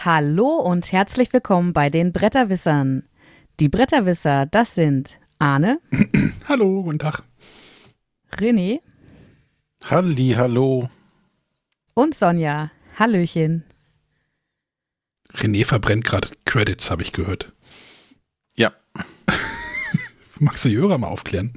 Hallo und herzlich willkommen bei den Bretterwissern. Die Bretterwisser, das sind Arne. Hallo, guten Tag. René. Hallo. Und Sonja. Hallöchen. René verbrennt gerade Credits, habe ich gehört. Ja. Magst du die Hörer mal aufklären?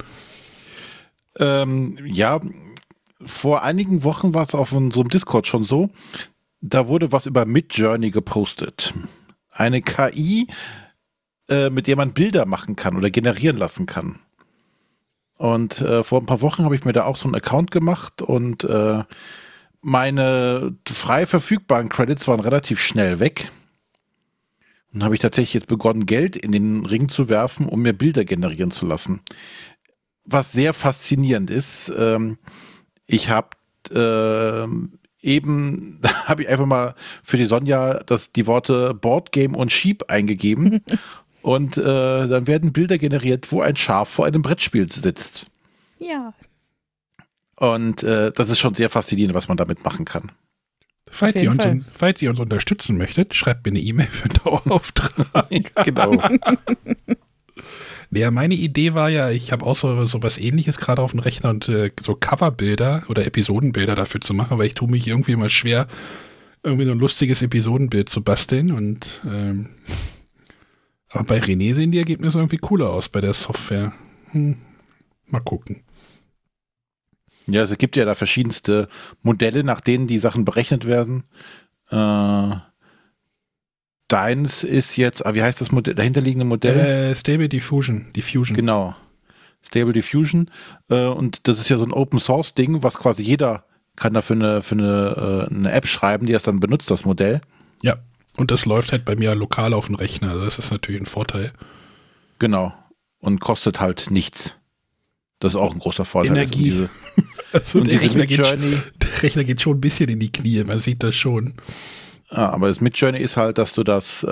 Ja, vor einigen Wochen war es auf unserem Discord schon so, da wurde was über Midjourney gepostet. Eine KI, mit der man Bilder machen kann oder generieren lassen kann. Und vor ein paar Wochen habe ich mir da auch so einen Account gemacht und meine frei verfügbaren Credits waren relativ schnell weg. Und habe ich tatsächlich jetzt begonnen, Geld in den Ring zu werfen, um mir Bilder generieren zu lassen. Was sehr faszinierend ist, ich habe eben, da habe ich einfach mal für die Sonja die Worte Boardgame und Sheep eingegeben und dann werden Bilder generiert, wo ein Schaf vor einem Brettspiel sitzt. Ja. Und das ist schon sehr faszinierend, was man damit machen kann. Falls ihr uns unterstützen möchtet, schreibt mir eine E-Mail für einen Dauerauftrag. Genau. Ja, meine Idee war ja, ich habe auch so was Ähnliches gerade auf dem Rechner und so Coverbilder oder Episodenbilder dafür zu machen, weil ich tue mich irgendwie immer schwer, irgendwie so ein lustiges Episodenbild zu basteln und aber bei René sehen die Ergebnisse irgendwie cooler aus bei der Software. Mal gucken. Ja, es gibt ja da verschiedenste Modelle, nach denen die Sachen berechnet werden. Deins ist jetzt, wie heißt das Modell, dahinterliegende Modell? Stable Diffusion. Genau. Stable Diffusion. Und das ist ja so ein Open Source Ding, was quasi jeder kann dafür eine App schreiben, die das dann benutzt, das Modell. Ja. Und das läuft halt bei mir lokal auf dem Rechner. Also das ist natürlich ein Vorteil. Genau. Und kostet halt nichts. Das ist auch ein großer Vorteil. Energie. Also und der Rechner geht schon ein bisschen in die Knie, man sieht das schon. Aber das Midjourney ist halt, dass du das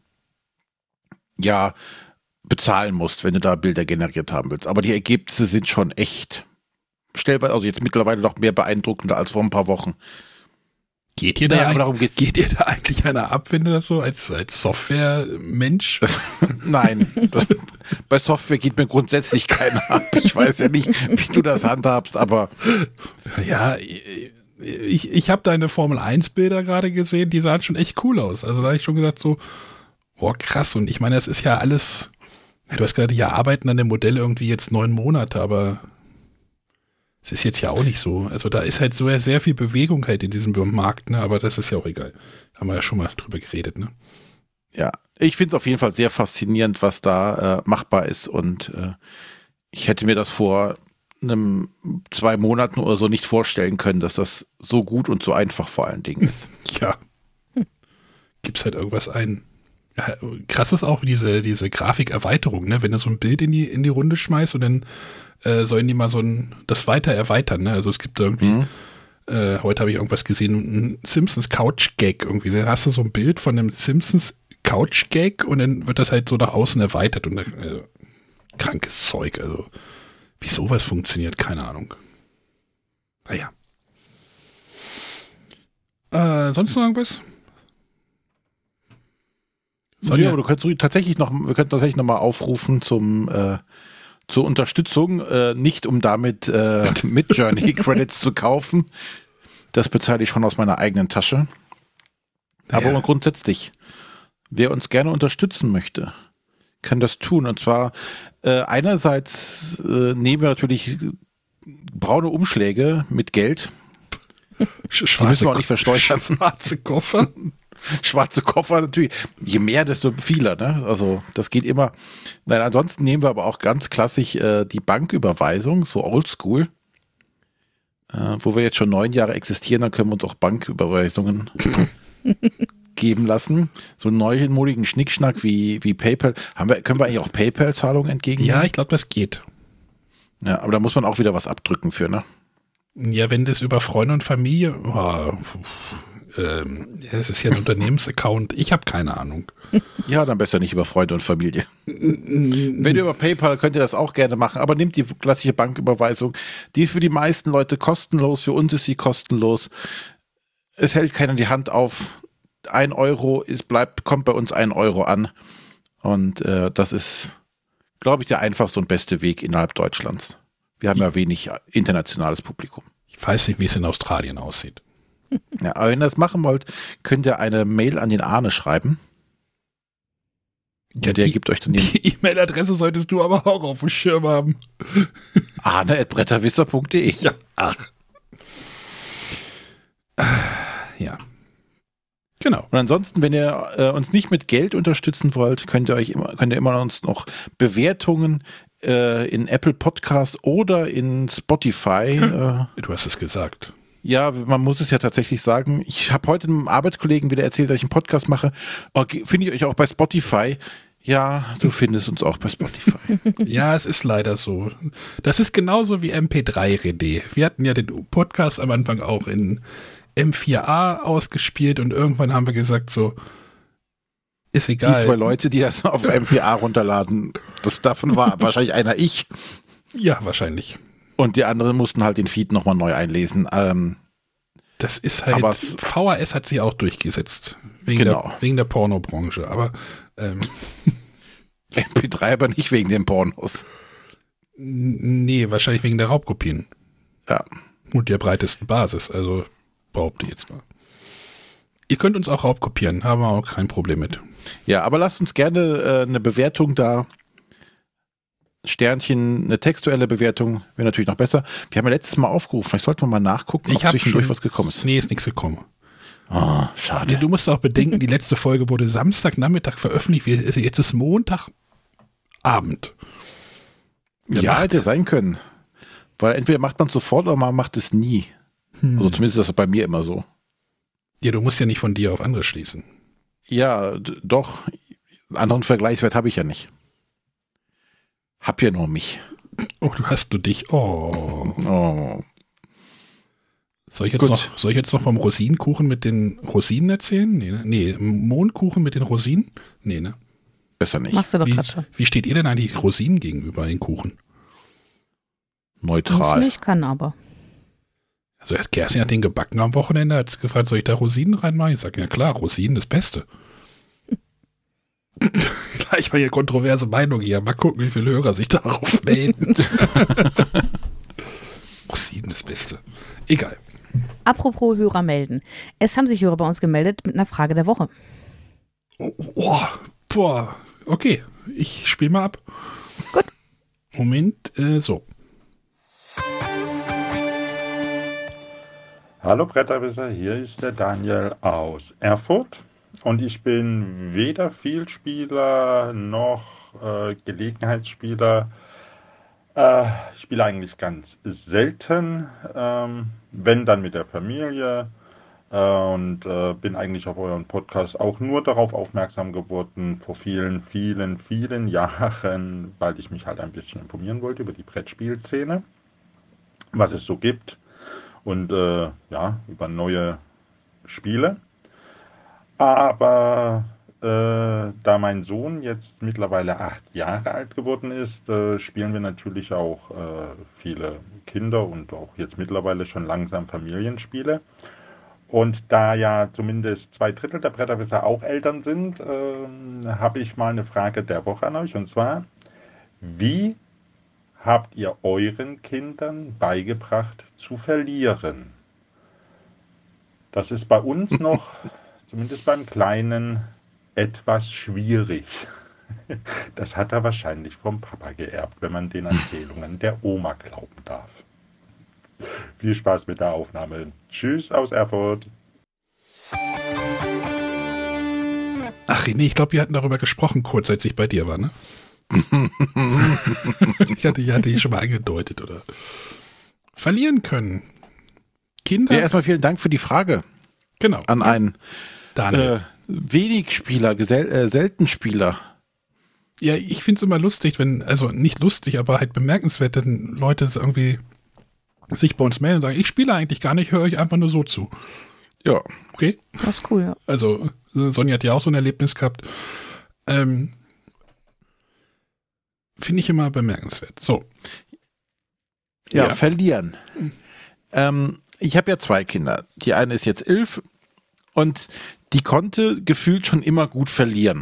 bezahlen musst, wenn du da Bilder generiert haben willst. Aber die Ergebnisse sind schon echt stellenweise, also jetzt mittlerweile noch mehr beeindruckender als vor ein paar Wochen. Geht dir da eigentlich einer ab, wenn du das so als Software-Mensch? Nein, bei Software geht mir grundsätzlich keiner ab. Ich weiß ja nicht, wie du das handhabst, aber ja, ich habe deine Formel-1-Bilder gerade gesehen, die sahen schon echt cool aus. Also da habe ich schon gesagt so, boah, krass. Und ich meine, das ist ja alles, du hast gesagt, die arbeiten an dem Modell irgendwie jetzt 9 Monate, aber es ist jetzt ja auch nicht so. Also da ist halt so sehr viel Bewegung halt in diesem Markt, ne? Aber das ist ja auch egal. Haben wir ja schon mal drüber geredet, ne? Ja, ich finde es auf jeden Fall sehr faszinierend, was da machbar ist und ich hätte mir das vor 2 Monaten oder so nicht vorstellen können, dass das so gut und so einfach vor allen Dingen ist. Ja. Gibt's halt irgendwas ein. Ja, krass ist auch diese Grafikerweiterung, ne? Wenn du so ein Bild in die Runde schmeißt und dann sollen die mal das weiter erweitern, ne? Also es gibt irgendwie, heute habe ich irgendwas gesehen, ein Simpsons Couch-Gag irgendwie. Da hast du so ein Bild von einem Simpsons Couch-Gag und dann wird das halt so nach außen erweitert und krankes Zeug, also wie sowas funktioniert, keine Ahnung. Naja. Sonst noch irgendwas? Sonja? Ja, aber wir könnten tatsächlich noch mal aufrufen zur Unterstützung, nicht um damit Midjourney Credits zu kaufen. Das bezahle ich schon aus meiner eigenen Tasche. Aber grundsätzlich, wer uns gerne unterstützen möchte, kann das tun. Und zwar einerseits nehmen wir natürlich braune Umschläge mit Geld. Die müssen wir auch nicht versteuern. Schwarze Koffer. Schwarze Koffer natürlich. Je mehr, desto vieler. Ne? Also das geht immer. Nein, ansonsten nehmen wir aber auch ganz klassisch die Banküberweisung, so oldschool. Wo wir jetzt schon 9 Jahre existieren, dann können wir uns auch Banküberweisungen geben lassen. So einen neumodigen Schnickschnack wie PayPal. Können wir eigentlich auch PayPal-Zahlungen entgegennehmen? Ja, ich glaube, das geht. Ja, aber da muss man auch wieder was abdrücken für, ne? Ja, wenn das über Freunde und Familie, es ist ja ein Unternehmensaccount, ich habe keine Ahnung. Ja, dann besser nicht über Freunde und Familie. Wenn ihr über PayPal, könnt ihr das auch gerne machen, aber nehmt die klassische Banküberweisung. Die ist für die meisten Leute kostenlos, für uns ist sie kostenlos. Es hält keiner die Hand auf. 1 Euro kommt bei uns 1 Euro an. Und das ist, glaube ich, der einfachste und beste Weg innerhalb Deutschlands. Wir haben ja wenig internationales Publikum. Ich weiß nicht, wie es in Australien aussieht. Ja, aber wenn ihr das machen wollt, könnt ihr eine Mail an den Arne schreiben. Ja, der gibt euch dann die E-Mail-Adresse solltest du aber auch auf dem Schirm haben. arne@bretterwisser.de. Ja, ach. Ja. Genau. Und ansonsten, wenn ihr uns nicht mit Geld unterstützen wollt, könnt ihr immer uns noch Bewertungen in Apple Podcasts oder in Spotify. Du hast es gesagt. Ja, man muss es ja tatsächlich sagen. Ich habe heute einem Arbeitskollegen wieder erzählt, dass ich einen Podcast mache. Okay, finde ich euch auch bei Spotify? Ja, du findest uns auch bei Spotify. Ja, es ist leider so. Das ist genauso wie MP3-Rede. Wir hatten ja den Podcast am Anfang auch in M4A ausgespielt und irgendwann haben wir gesagt so, ist egal. Die 2 Leute, die das auf M4A runterladen, davon war wahrscheinlich einer ich. Ja, wahrscheinlich. Und die anderen mussten halt den Feed nochmal neu einlesen. Das ist halt, aber VHS hat sie auch durchgesetzt. Wegen der Pornobranche. Aber MP3 aber nicht wegen den Pornos. Nee, wahrscheinlich wegen der Raubkopien. Ja. Und der breitesten Basis, also behaupte ich jetzt mal. Ihr könnt uns auch raubkopieren, haben wir auch kein Problem mit. Ja, aber lasst uns gerne eine Bewertung da. Sternchen, eine textuelle Bewertung wäre natürlich noch besser. Wir haben ja letztes Mal aufgerufen, vielleicht sollten wir mal nachgucken, ob zwischendurch was gekommen ist. Nee, ist nichts gekommen. Oh, schade. Du musst auch bedenken, die letzte Folge wurde Samstagnachmittag veröffentlicht. Jetzt ist Montagabend. Ja, hätte sein können. Weil entweder macht man es sofort oder man macht es nie. Also zumindest ist das bei mir immer so. Ja, du musst ja nicht von dir auf andere schließen. Ja, doch. Einen anderen Vergleichswert habe ich ja nicht. Hab ja nur mich. Oh, du hast nur dich. Oh. Soll ich jetzt noch vom Rosinenkuchen mit den Rosinen erzählen? Nee, ne? Nee, Mohnkuchen mit den Rosinen? Nee, ne? Besser nicht. Machst du doch gerade schon. Wie steht ihr denn eigentlich Rosinen gegenüber den Kuchen? Neutral. Muss nicht, kann aber. Also Kerstin hat den gebacken am Wochenende, hat gefragt, soll ich da Rosinen reinmachen? Ich sage, ja klar, Rosinen das Beste. Gleich mal hier kontroverse Meinung hier. Mal gucken, wie viele Hörer sich darauf melden. Rosinen das Beste. Egal. Apropos Hörer melden. Es haben sich Hörer bei uns gemeldet mit einer Frage der Woche. Boah, okay. Ich spiele mal ab. Gut. Moment, so. Hallo Bretterwisser, hier ist der Daniel aus Erfurt und ich bin weder Vielspieler noch Gelegenheitsspieler. Ich spiele eigentlich ganz selten, wenn dann mit der Familie und bin eigentlich auf euren Podcast auch nur darauf aufmerksam geworden vor vielen, vielen, vielen Jahren, weil ich mich halt ein bisschen informieren wollte über die Brettspielszene, was es so gibt. Und über neue Spiele. Aber da mein Sohn jetzt mittlerweile 8 Jahre alt geworden ist, spielen wir natürlich auch viele Kinder und auch jetzt mittlerweile schon langsam Familienspiele. Und da ja zumindest 2/3 der Bretterwisser auch Eltern sind, habe ich mal eine Frage der Woche an euch. Und zwar, wie habt ihr euren Kindern beigebracht zu verlieren? Das ist bei uns noch, zumindest beim Kleinen, etwas schwierig. Das hat er wahrscheinlich vom Papa geerbt, wenn man den Erzählungen der Oma glauben darf. Viel Spaß mit der Aufnahme. Tschüss aus Erfurt. Ach René, ich glaube, wir hatten darüber gesprochen, kurz als ich bei dir war, ne? Ich hatte hier schon mal angedeutet, oder? Verlieren können. Kinder. Ja, erstmal vielen Dank für die Frage. Genau. An einen wenig Spieler, selten Spieler. Ja, ich finde es immer lustig, also nicht lustig, aber halt bemerkenswert, wenn Leute irgendwie sich bei uns melden und sagen, ich spiele eigentlich gar nicht, höre euch einfach nur so zu. Ja. Okay. Das ist cool, ja. Also, Sonja hat ja auch so ein Erlebnis gehabt. Finde ich immer bemerkenswert. So. Ja. Verlieren. Ich habe ja 2 Kinder. Die eine ist jetzt 11 und die konnte gefühlt schon immer gut verlieren.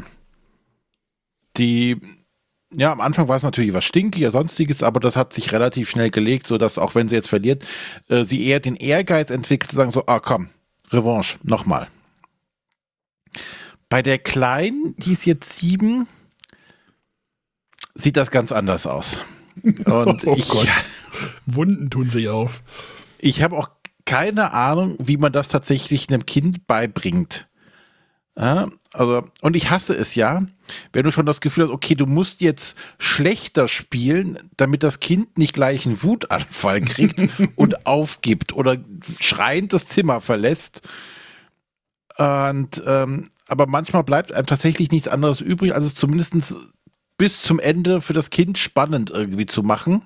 Am Anfang war es natürlich was Stinkiges, Sonstiges, aber das hat sich relativ schnell gelegt, sodass auch wenn sie jetzt verliert, sie eher den Ehrgeiz entwickelt, zu sagen so, komm, Revanche, nochmal. Bei der Kleinen, die ist jetzt 7, sieht das ganz anders aus. Und Gott. Wunden tun sich auf. Ich habe auch keine Ahnung, wie man das tatsächlich einem Kind beibringt. Ja, und ich hasse es ja, wenn du schon das Gefühl hast, okay, du musst jetzt schlechter spielen, damit das Kind nicht gleich einen Wutanfall kriegt und aufgibt oder schreiend das Zimmer verlässt. Und aber manchmal bleibt einem tatsächlich nichts anderes übrig, als es zumindest bis zum Ende für das Kind spannend irgendwie zu machen.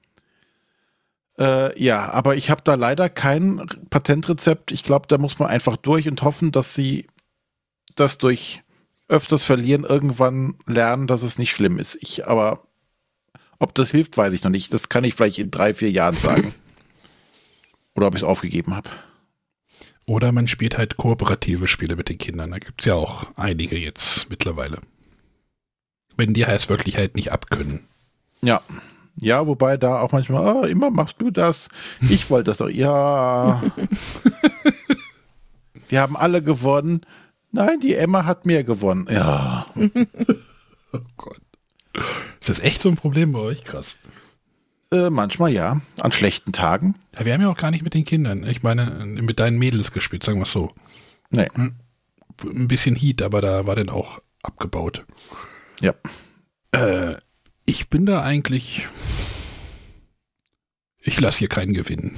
Aber ich habe da leider kein Patentrezept. Ich glaube, da muss man einfach durch und hoffen, dass sie das durch öfters Verlieren irgendwann lernen, dass es nicht schlimm ist. Aber ob das hilft, weiß ich noch nicht. Das kann ich vielleicht in 3-4 Jahren sagen. Oder ob ich es aufgegeben habe. Oder man spielt halt kooperative Spiele mit den Kindern. Da gibt es ja auch einige jetzt mittlerweile. Wenn die halt wirklich halt nicht abkönnen. Ja. Ja, wobei da auch manchmal, immer machst du das. Ich wollte das doch. Ja. Wir haben alle gewonnen. Nein, die Emma hat mehr gewonnen. Ja. Oh Gott. Ist das echt so ein Problem bei euch? Krass. Manchmal ja. An schlechten Tagen. Ja, wir haben ja auch gar nicht mit den Kindern. Ich meine, mit deinen Mädels gespielt, sagen wir es so. Nee. Ein bisschen Heat, aber da war dann auch abgebaut. Ja. Ich bin da eigentlich... Ich lasse hier keinen gewinnen.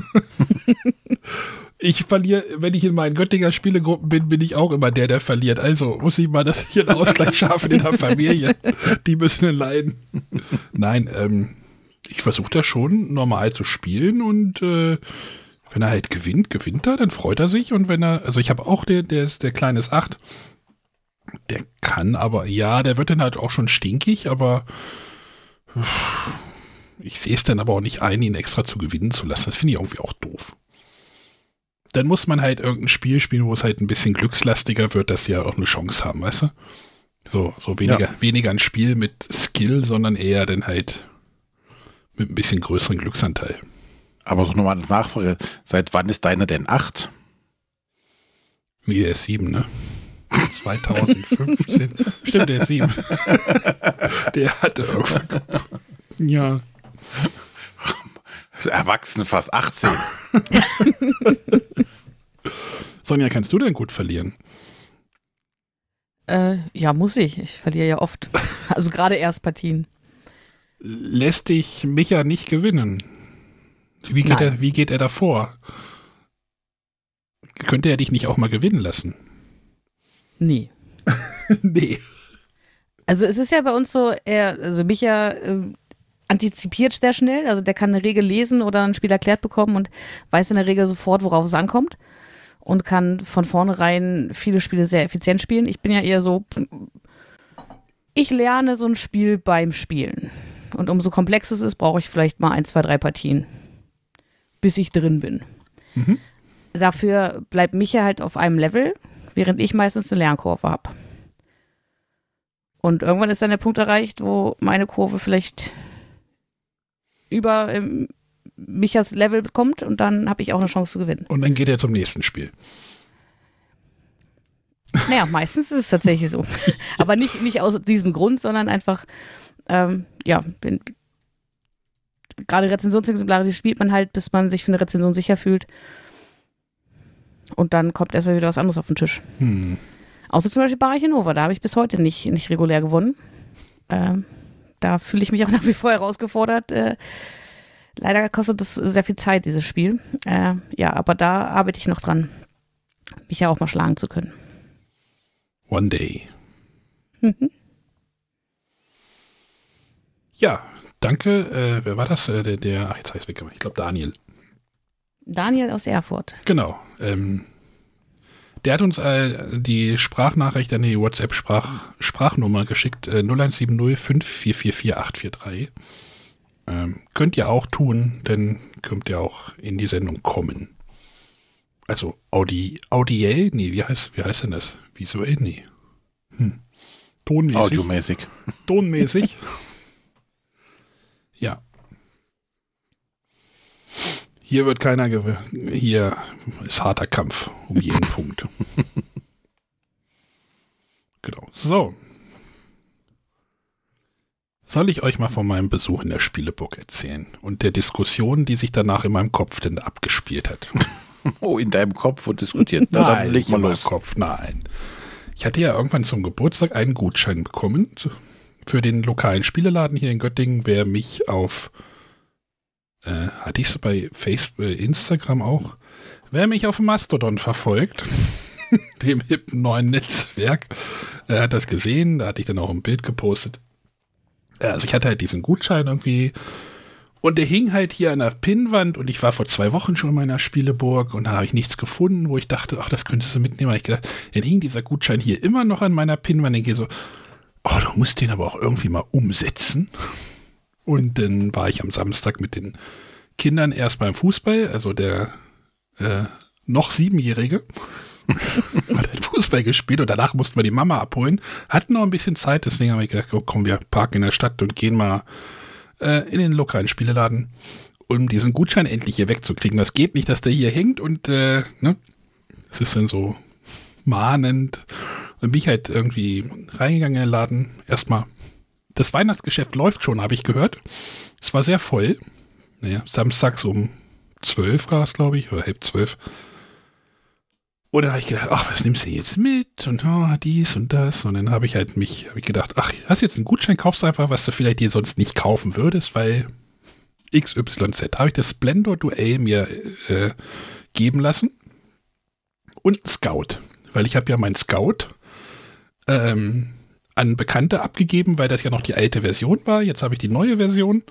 Ich verliere, wenn ich in meinen Göttinger Spielegruppen bin ich auch immer der verliert. Also muss ich mal das hier einen Ausgleich schaffen in der Familie. Die müssen leiden. Nein, ich versuche da schon normal zu spielen und wenn er halt gewinnt er, dann freut er sich. Und wenn er, also ich habe auch der Kleine ist 8, der kann aber, ja, der wird dann halt auch schon stinkig, aber ich sehe es dann aber auch nicht ein, ihn extra zu gewinnen zu lassen. Das finde ich irgendwie auch doof. Dann muss man halt irgendein Spiel spielen, wo es halt ein bisschen glückslastiger wird, dass sie ja auch eine Chance haben, weißt du? So weniger ein Spiel mit Skill, sondern eher dann halt mit ein bisschen größeren Glücksanteil. Aber so nochmal eine Nachfrage. Seit wann ist deiner denn 8? Nee, der ist 7, ne? 2015. Stimmt, der ist 7. Der hatte irgendwann. Ja. Erwachsen fast 18. Sonja, kannst du denn gut verlieren? Ja, muss ich. Ich verliere ja oft. Also gerade Erstpartien. Lässt dich Micha nicht gewinnen? Wie geht er da vor? Könnte er dich nicht auch mal gewinnen lassen? Nee. Nee. Also es ist ja bei uns so, Micha antizipiert sehr schnell, also der kann eine Regel lesen oder ein Spiel erklärt bekommen und weiß in der Regel sofort, worauf es ankommt und kann von vornherein viele Spiele sehr effizient spielen. Ich bin ja eher so, ich lerne so ein Spiel beim Spielen und umso komplexer es ist, brauche ich vielleicht mal 1, 2, 3 Partien, bis ich drin bin. Mhm. Dafür bleibt Micha halt auf einem Level, während ich meistens eine Lernkurve habe. Und irgendwann ist dann der Punkt erreicht, wo meine Kurve vielleicht über Michas Level kommt und dann habe ich auch eine Chance zu gewinnen. Und dann geht er zum nächsten Spiel. Naja, meistens ist es tatsächlich so. Aber nicht aus diesem Grund, sondern einfach, gerade Rezensionsexemplare, die spielt man halt, bis man sich für eine Rezension sicher fühlt. Und dann kommt erstmal wieder was anderes auf den Tisch. Außer zum Beispiel Barachinova, da habe ich bis heute nicht regulär gewonnen. Da fühle ich mich auch nach wie vor herausgefordert. Leider kostet das sehr viel Zeit, dieses Spiel. Aber da arbeite ich noch dran, mich ja auch mal schlagen zu können. One day. Ja, danke. Wer war das? Jetzt habe ich es weggemacht. Ich glaube Daniel. Daniel aus Erfurt. Genau. Der hat uns die Sprachnachricht an die WhatsApp-Sprachnummer geschickt, 0170 5444 843. Könnt ihr auch tun, denn könnt ihr auch in die Sendung kommen. Also Audiell? Nee, wie heißt denn das? Visuell? Nee. Tonmäßig. Audiomäßig. Tonmäßig. Ja. Hier wird keiner hier ist harter Kampf um jeden Punkt. Genau. So. Soll ich euch mal von meinem Besuch in der Spieleburg erzählen und der Diskussion, die sich danach in meinem Kopf denn abgespielt hat? Oh, in deinem Kopf wird diskutiert. Na, Nein, dann leg mal in meinem los. Kopf, nein. Ich hatte ja irgendwann zum Geburtstag einen Gutschein bekommen für den lokalen Spieleladen hier in Göttingen, wer mich auf hatte ich es bei Facebook, Instagram auch, wer mich auf Mastodon verfolgt, dem hippen neuen Netzwerk, hat das gesehen, da hatte ich dann auch ein Bild gepostet. Also ich hatte halt diesen Gutschein irgendwie und der hing halt hier an der Pinnwand und ich war vor 2 Wochen schon in meiner Spieleburg und da habe ich nichts gefunden, wo ich dachte, ach, das könntest du mitnehmen. Ich gedacht, dann hing dieser Gutschein hier immer noch an meiner Pinnwand. Ich gehe so, oh, du musst den aber auch irgendwie mal umsetzen. Und dann war ich am Samstag mit den Kindern erst beim Fußball, also der noch 7-Jährige hat halt Fußball gespielt und danach mussten wir die Mama abholen. Hatten noch ein bisschen Zeit, deswegen habe ich gedacht, oh, komm, wir parken in der Stadt und gehen mal in den lokalen Spieleladen, um diesen Gutschein endlich hier wegzukriegen. Das geht nicht, dass der hier hängt und das ist dann so mahnend. Dann bin ich halt irgendwie reingegangen in den Laden. Erstmal, das Weihnachtsgeschäft läuft schon, habe ich gehört. Es war sehr voll. Naja, samstags um 12 war es, glaube ich, oder 11:30. Und dann habe ich gedacht, ach, was nimmst du jetzt mit? Und dies und das. Und dann habe ich gedacht, ach, hast jetzt einen Gutschein, kaufst einfach, was du vielleicht dir sonst nicht kaufen würdest, weil XYZ. Habe ich das Splendor Duell mir geben lassen. Und Scout. Weil ich habe ja meinen Scout an Bekannte abgegeben, weil das ja noch die alte Version war. Jetzt habe ich die neue Version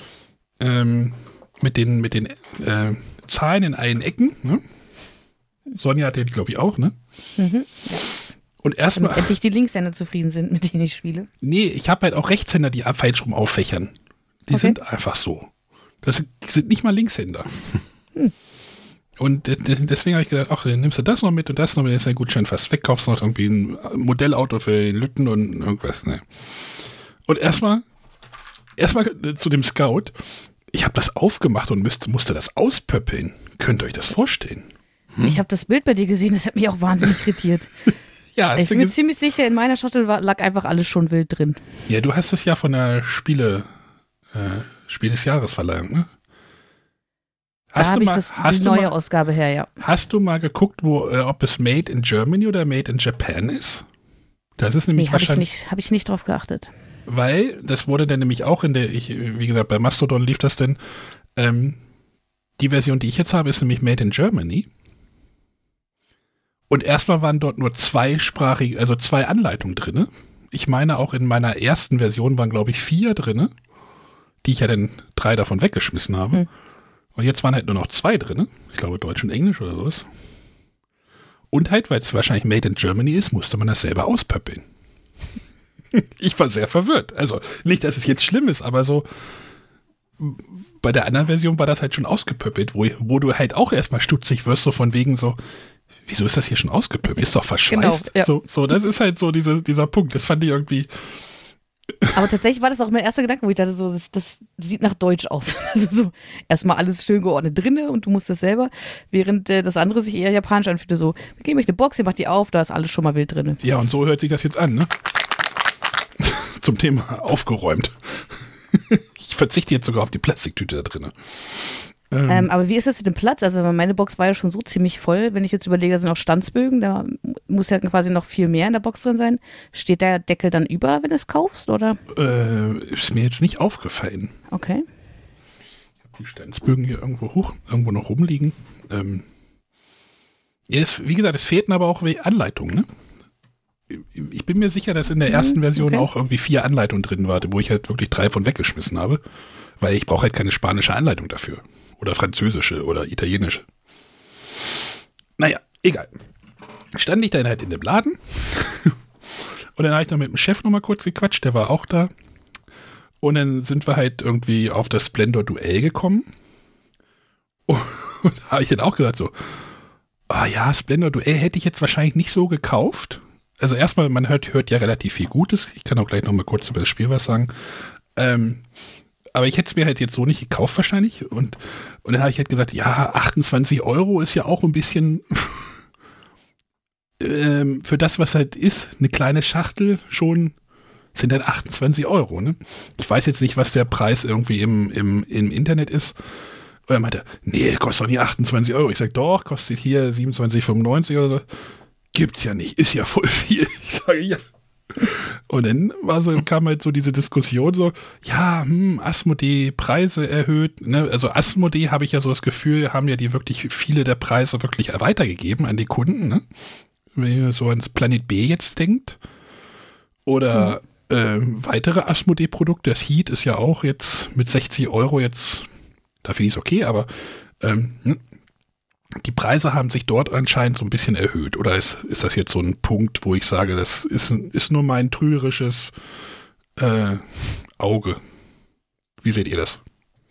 mit den Zahlen in allen Ecken, ne? Sonja hat den, glaube ich, auch, ne? Mhm. Und erstmal. Damit endlich die Linkshänder zufrieden sind, mit denen ich spiele. Nee, ich habe halt auch Rechtshänder, die falsch rum auffächern. Die sind einfach so. Das sind nicht mal Linkshänder. Und deswegen habe ich gedacht, ach, dann nimmst du das noch mit und das noch mit, ist ein Gutschein fast weg, kaufst noch irgendwie ein Modellauto für den Lütten und irgendwas. Ne. Und erstmal zu dem Scout. Ich habe das aufgemacht und musste das auspöppeln. Könnt ihr euch das vorstellen? Ich habe das Bild bei dir gesehen, das hat mich auch wahnsinnig irritiert. Ja, ich bin mir ziemlich sicher, in meiner Schachtel lag einfach alles schon wild drin. Ja, du hast es ja von der Spiel des Jahres-Verleihung, ne? Da habe ich die neue Ausgabe her, ja. Hast du mal geguckt, ob es Made in Germany oder Made in Japan ist? Das ist nämlich wahrscheinlich. Habe ich nicht drauf geachtet. Weil, das wurde dann nämlich auch wie gesagt, bei Mastodon lief das denn, die Version, die ich jetzt habe, ist nämlich Made in Germany. Und erstmal waren dort nur 2 Anleitungen drin. Ich meine, auch in meiner ersten Version waren, glaube ich, 4 drin, die ich ja dann 3 davon weggeschmissen habe. Und jetzt waren halt nur noch 2 drin. Ich glaube, Deutsch und Englisch oder sowas. Und halt, weil es wahrscheinlich Made in Germany ist, musste man das selber auspöppeln. Ich war sehr verwirrt. Also, nicht, dass es jetzt schlimm ist, aber so bei der anderen Version war das halt schon ausgepöppelt, wo du halt auch erstmal stutzig wirst, so von wegen so, wieso ist das hier schon ausgepöppelt? Ist doch verschweißt. Genau, ja. So, das ist halt so dieser Punkt. Das fand ich irgendwie. Aber tatsächlich war das auch mein erster Gedanke, wo ich dachte, so, das sieht nach Deutsch aus. Also so erstmal alles schön geordnet drinne und du musst das selber, während das andere sich eher japanisch anfühlte. So, wir geben euch eine Box, ihr macht die auf, da ist alles schon mal wild drinne. Ja, und so hört sich das jetzt an, ne? Zum Thema aufgeräumt. Ich verzichte jetzt sogar auf die Plastiktüte da drin. Aber wie ist das mit dem Platz? Also meine Box war ja schon so ziemlich voll. Wenn ich jetzt überlege, da sind auch Stanzbögen, da muss ja quasi noch viel mehr in der Box drin sein. Steht der Deckel dann über, wenn du es kaufst, oder? Ist mir jetzt nicht aufgefallen. Okay. Ich habe die Stanzbögen hier irgendwo noch rumliegen. Wie gesagt, es fehlten aber auch Anleitungen, ne? Ich bin mir sicher, dass in der ersten Version auch irgendwie 4 Anleitungen drin waren, wo ich halt wirklich 3 von weggeschmissen habe, weil ich brauche halt keine spanische Anleitung dafür. Oder französische oder italienische. Naja, egal. Stand ich dann halt in dem Laden und dann habe ich noch mit dem Chef nochmal kurz gequatscht, der war auch da. Und dann sind wir halt irgendwie auf das Splendor Duell gekommen. Und da habe ich dann auch gesagt so, ja, Splendor Duell hätte ich jetzt wahrscheinlich nicht so gekauft. Also erstmal, man hört ja relativ viel Gutes. Ich kann auch gleich noch mal kurz über das Spiel was sagen. Aber ich hätte es mir halt jetzt so nicht gekauft wahrscheinlich. Und dann habe ich halt gesagt, ja, 28 € ist ja auch ein bisschen für das, was halt ist, eine kleine Schachtel schon, sind dann 28 €, ne? Ich weiß jetzt nicht, was der Preis irgendwie im Internet ist. Und er meinte, nee, kostet doch nicht 28 €. Ich sage, doch, kostet hier 27,95 oder so. Gibt's ja nicht, ist ja voll viel. Ich sage, ja. Und dann kam halt so diese Diskussion so, ja, Asmodee Preise erhöht, ne? Also Asmodee, habe ich ja so das Gefühl, haben ja die wirklich viele der Preise wirklich weitergegeben an die Kunden, ne? Wenn ihr so ans Planet B jetzt denkt. Oder weitere Asmodee-Produkte, das Heat ist ja auch jetzt mit 60 € jetzt, da finde ich es okay, aber die Preise haben sich dort anscheinend so ein bisschen erhöht. Oder ist das jetzt so ein Punkt, wo ich sage, das ist nur mein trügerisches Auge? Wie seht ihr das?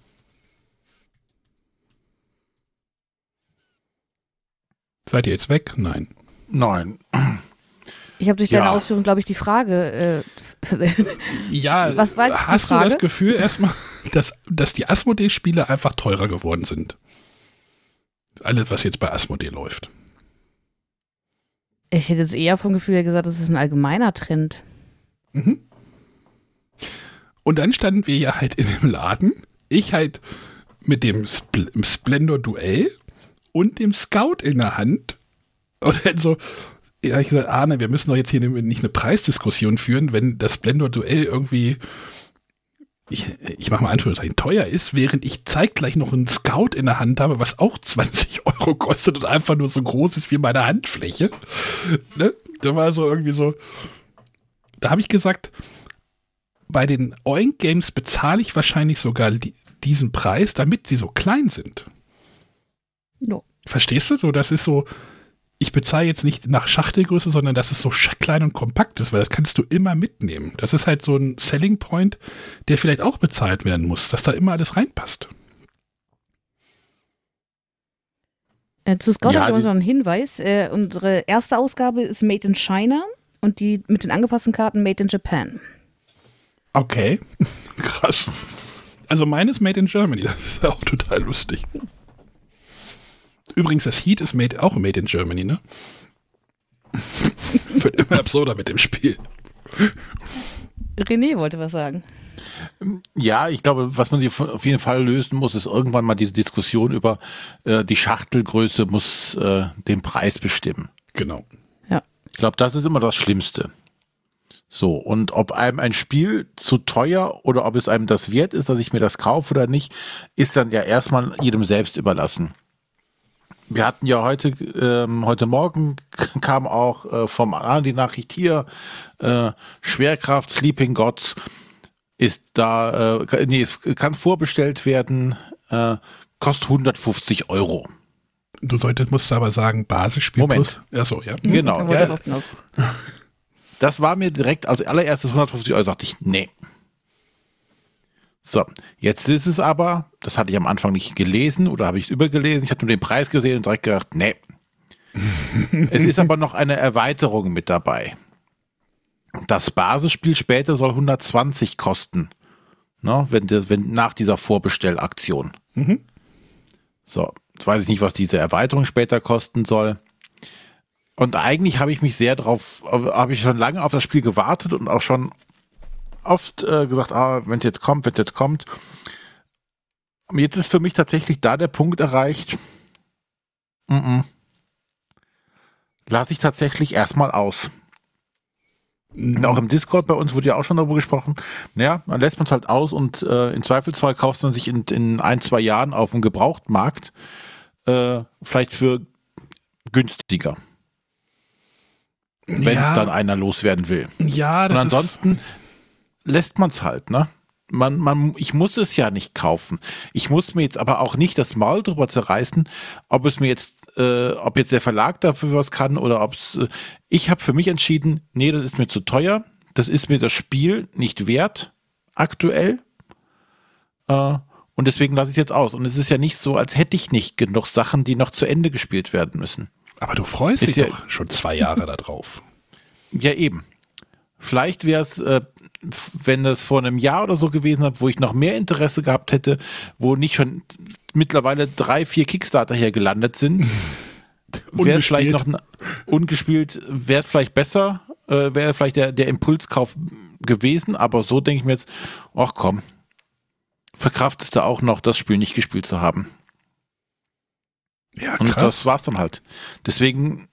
Seid ihr jetzt weg? Nein. Nein. Ich habe durch deine Ausführung, glaube ich, die Frage. Ja, was war jetzt hast die Frage? Du das Gefühl erstmal, dass die Asmodee-Spiele einfach teurer geworden sind? Alles, was jetzt bei Asmodee läuft. Ich hätte jetzt eher vom Gefühl her gesagt, das ist ein allgemeiner Trend. Mhm. Und dann standen wir ja halt in dem Laden. Ich halt mit dem Splendor Duell und dem Scout in der Hand. Und dann so, ja, ich gesagt, Arne, wir müssen doch jetzt hier nicht eine Preisdiskussion führen, wenn das Splendor Duell irgendwie, ich mache mal Anführungszeichen, teuer ist, während ich zeitgleich noch einen Scout in der Hand habe, was auch 20 € kostet und einfach nur so groß ist wie meine Handfläche. Ne? Da war so irgendwie so, da habe ich gesagt, bei den Oink Games bezahle ich wahrscheinlich sogar diesen Preis, damit sie so klein sind. No. Verstehst du? So, das ist so, ich bezahle jetzt nicht nach Schachtelgröße, sondern dass es so klein und kompakt ist, weil das kannst du immer mitnehmen. Das ist halt so ein Selling Point, der vielleicht auch bezahlt werden muss, dass da immer alles reinpasst. Zu Scout habe ich noch einen Hinweis. Unsere erste Ausgabe ist Made in China und die mit den angepassten Karten Made in Japan. Okay, krass. Also meine ist Made in Germany, das ist auch total lustig. Übrigens, das Heat ist auch Made in Germany, ne? Wird immer absurder mit dem Spiel. René wollte was sagen. Ja, ich glaube, was man sich auf jeden Fall lösen muss, ist irgendwann mal diese Diskussion über die Schachtelgröße muss den Preis bestimmen. Genau. Ja. Ich glaube, das ist immer das Schlimmste. So, und ob einem ein Spiel zu teuer oder ob es einem das wert ist, dass ich mir das kaufe oder nicht, ist dann ja erstmal jedem selbst überlassen. Wir hatten ja heute Morgen kam auch vom Arne die Nachricht hier, Schwerkraft Sleeping Gods ist da, kann vorbestellt werden, kostet 150 €. Du musst aber sagen, Basisspiel Moment. plus. Achso, ja. Genau. Ja, das war mir direkt als allererstes 150 €, sagte ich, nee. So, jetzt ist es aber, das hatte ich am Anfang nicht gelesen oder habe ich es übergelesen, ich habe nur den Preis gesehen und direkt gedacht, nee. Es ist aber noch eine Erweiterung mit dabei. Das Basisspiel später soll 120 kosten, ne, wenn nach dieser Vorbestellaktion. Mhm. So, jetzt weiß ich nicht, was diese Erweiterung später kosten soll. Und eigentlich habe ich mich habe ich schon lange auf das Spiel gewartet und auch schon oft gesagt, wenn es jetzt kommt. Und jetzt ist für mich tatsächlich da der Punkt erreicht, lasse ich tatsächlich erstmal aus. Und auch im Discord bei uns wurde ja auch schon darüber gesprochen, naja, dann lässt man es halt aus und im Zweifelsfall kauft man sich in 1-2 Jahren auf dem Gebrauchtmarkt vielleicht für günstiger. Wenn es dann einer loswerden will. Ja, das und ansonsten lässt man es halt, ne? Ich muss es ja nicht kaufen. Ich muss mir jetzt aber auch nicht das Maul drüber zerreißen, ob jetzt der Verlag dafür was kann oder ich habe für mich entschieden, nee, das ist mir zu teuer. Das ist mir das Spiel nicht wert, aktuell. Und deswegen lasse ich es jetzt aus. Und es ist ja nicht so, als hätte ich nicht genug Sachen, die noch zu Ende gespielt werden müssen. Aber du freust dich doch schon 2 Jahre darauf. Ja, eben. Vielleicht wäre es, wenn das vor einem Jahr oder so gewesen hat, wo ich noch mehr Interesse gehabt hätte, wo nicht schon mittlerweile 3, 4 Kickstarter hier gelandet sind, wäre es vielleicht noch ungespielt, wäre es vielleicht besser, wäre vielleicht der Impulskauf gewesen, aber so denke ich mir jetzt, ach komm, verkraftest du auch noch, das Spiel nicht gespielt zu haben. Ja, krass. Und das war's dann halt. Deswegen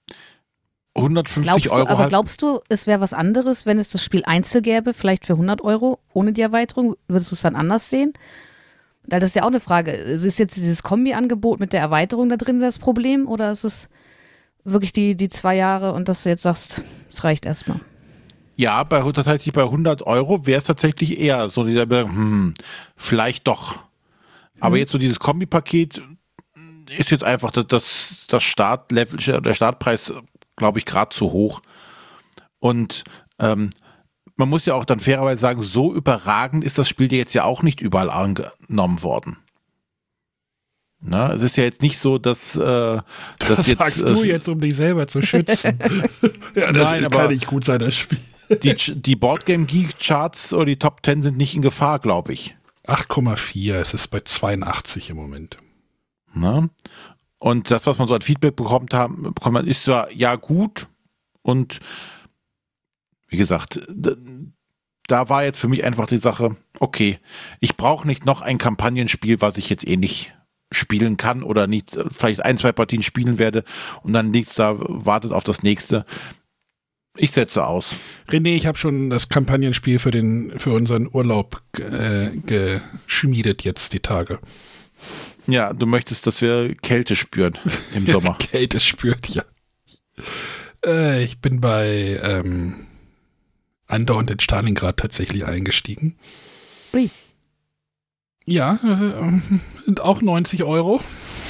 150 Euro. Aber glaubst du, es wäre was anderes, wenn es das Spiel einzeln gäbe, vielleicht für 100 Euro ohne die Erweiterung? Würdest du es dann anders sehen? Weil das ist ja auch eine Frage. Ist jetzt dieses Kombi-Angebot mit der Erweiterung da drin das Problem oder ist es wirklich die 2 Jahre und dass du jetzt sagst, es reicht erstmal? Ja, tatsächlich bei 100 Euro wäre es tatsächlich eher so dieser, vielleicht doch. Aber jetzt so dieses Kombi-Paket ist jetzt einfach das Startlevel, der Startpreis, glaube ich, gerade zu hoch. Und man muss ja auch dann fairerweise sagen, so überragend ist das Spiel jetzt ja auch nicht überall angenommen worden. Na, es ist ja jetzt nicht so, dass das jetzt, sagst du jetzt, um dich selber zu schützen. Ja, das kann nicht gut sein, das Spiel. Die Boardgame Geek Charts oder die Top 10 sind nicht in Gefahr, glaube ich. 8,4, es ist bei 82 im Moment. Na? Und das, was man so an Feedback bekommen hat, ist zwar ja gut und wie gesagt, da war jetzt für mich einfach die Sache, okay, ich brauche nicht noch ein Kampagnenspiel, was ich jetzt nicht spielen kann oder nicht, vielleicht 1, 2 Partien spielen werde und dann liegt da, wartet auf das nächste. Ich setze aus. René, ich habe schon das Kampagnenspiel für unseren Urlaub geschmiedet jetzt die Tage. Ja, du möchtest, dass wir Kälte spüren im Sommer. Kälte spürt, ja. Ich bin bei andauernd in Stalingrad tatsächlich eingestiegen. Ui. Ja, sind auch 90 Euro.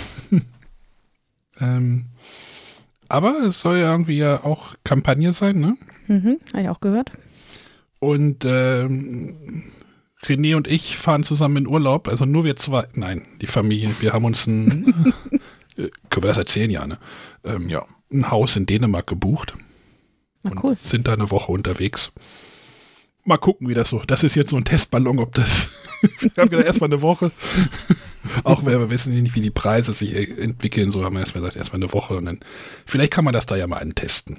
Aber es soll ja irgendwie ja auch Kampagne sein, ne? Habe ich auch gehört. Und René und ich fahren zusammen in Urlaub, also nur wir zwei, nein, die Familie, wir haben uns können wir das erzählen, ja, ne? Ja. Ein Haus in Dänemark gebucht. Na cool. Und sind da eine Woche unterwegs. Mal gucken, wie das so, das ist jetzt so ein Testballon, ob das, wir haben gesagt, erstmal eine Woche, auch wenn wir wissen nicht, wie die Preise sich entwickeln, so haben wir erstmal gesagt, erstmal eine Woche und dann, vielleicht kann man das da ja mal antesten.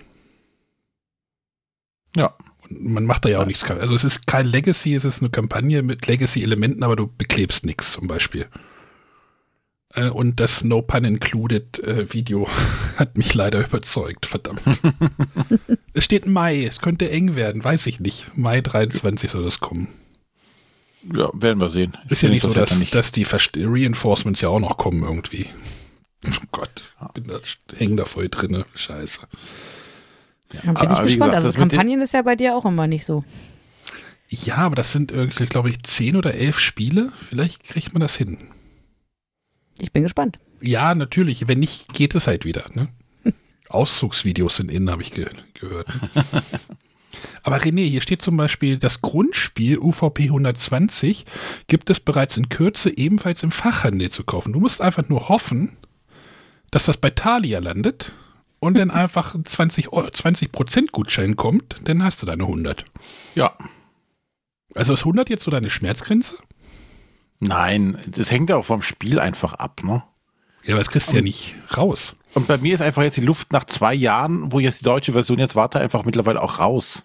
Ja. Und man macht da ja auch nichts, also es ist kein Legacy, es ist eine Kampagne mit Legacy-Elementen, aber du beklebst nichts zum Beispiel. Und das No Pun Included Video hat mich leider überzeugt, verdammt. Es steht Mai, es könnte eng werden, weiß ich nicht. Mai 23 soll das kommen. Ja, werden wir sehen. Ist ja nicht so, dass die Reinforcements ja auch noch kommen irgendwie. Oh Gott, hängen da voll drin, scheiße. Ja, bin ich gespannt, also Kampagnen ist ja bei dir auch immer nicht so. Ja, aber das sind irgendwie, glaube ich, 10 oder 11 Spiele. Vielleicht kriegt man das hin. Ich bin gespannt. Ja, natürlich. Wenn nicht, geht es halt wieder. Ne? Auszugsvideos sind innen, habe ich gehört. Aber René, hier steht zum Beispiel, das Grundspiel UVP 120 gibt es bereits in Kürze ebenfalls im Fachhandel zu kaufen. Du musst einfach nur hoffen, dass das bei Thalia landet und dann einfach ein 20% Gutschein kommt, dann hast du deine 100. Ja. Also ist 100 jetzt so deine Schmerzgrenze? Nein, das hängt ja auch vom Spiel einfach ab, ne? Ja, aber das kriegst du ja nicht raus. Und bei mir ist einfach jetzt die Luft nach 2 Jahren, wo ich jetzt die deutsche Version jetzt warte, einfach mittlerweile auch raus.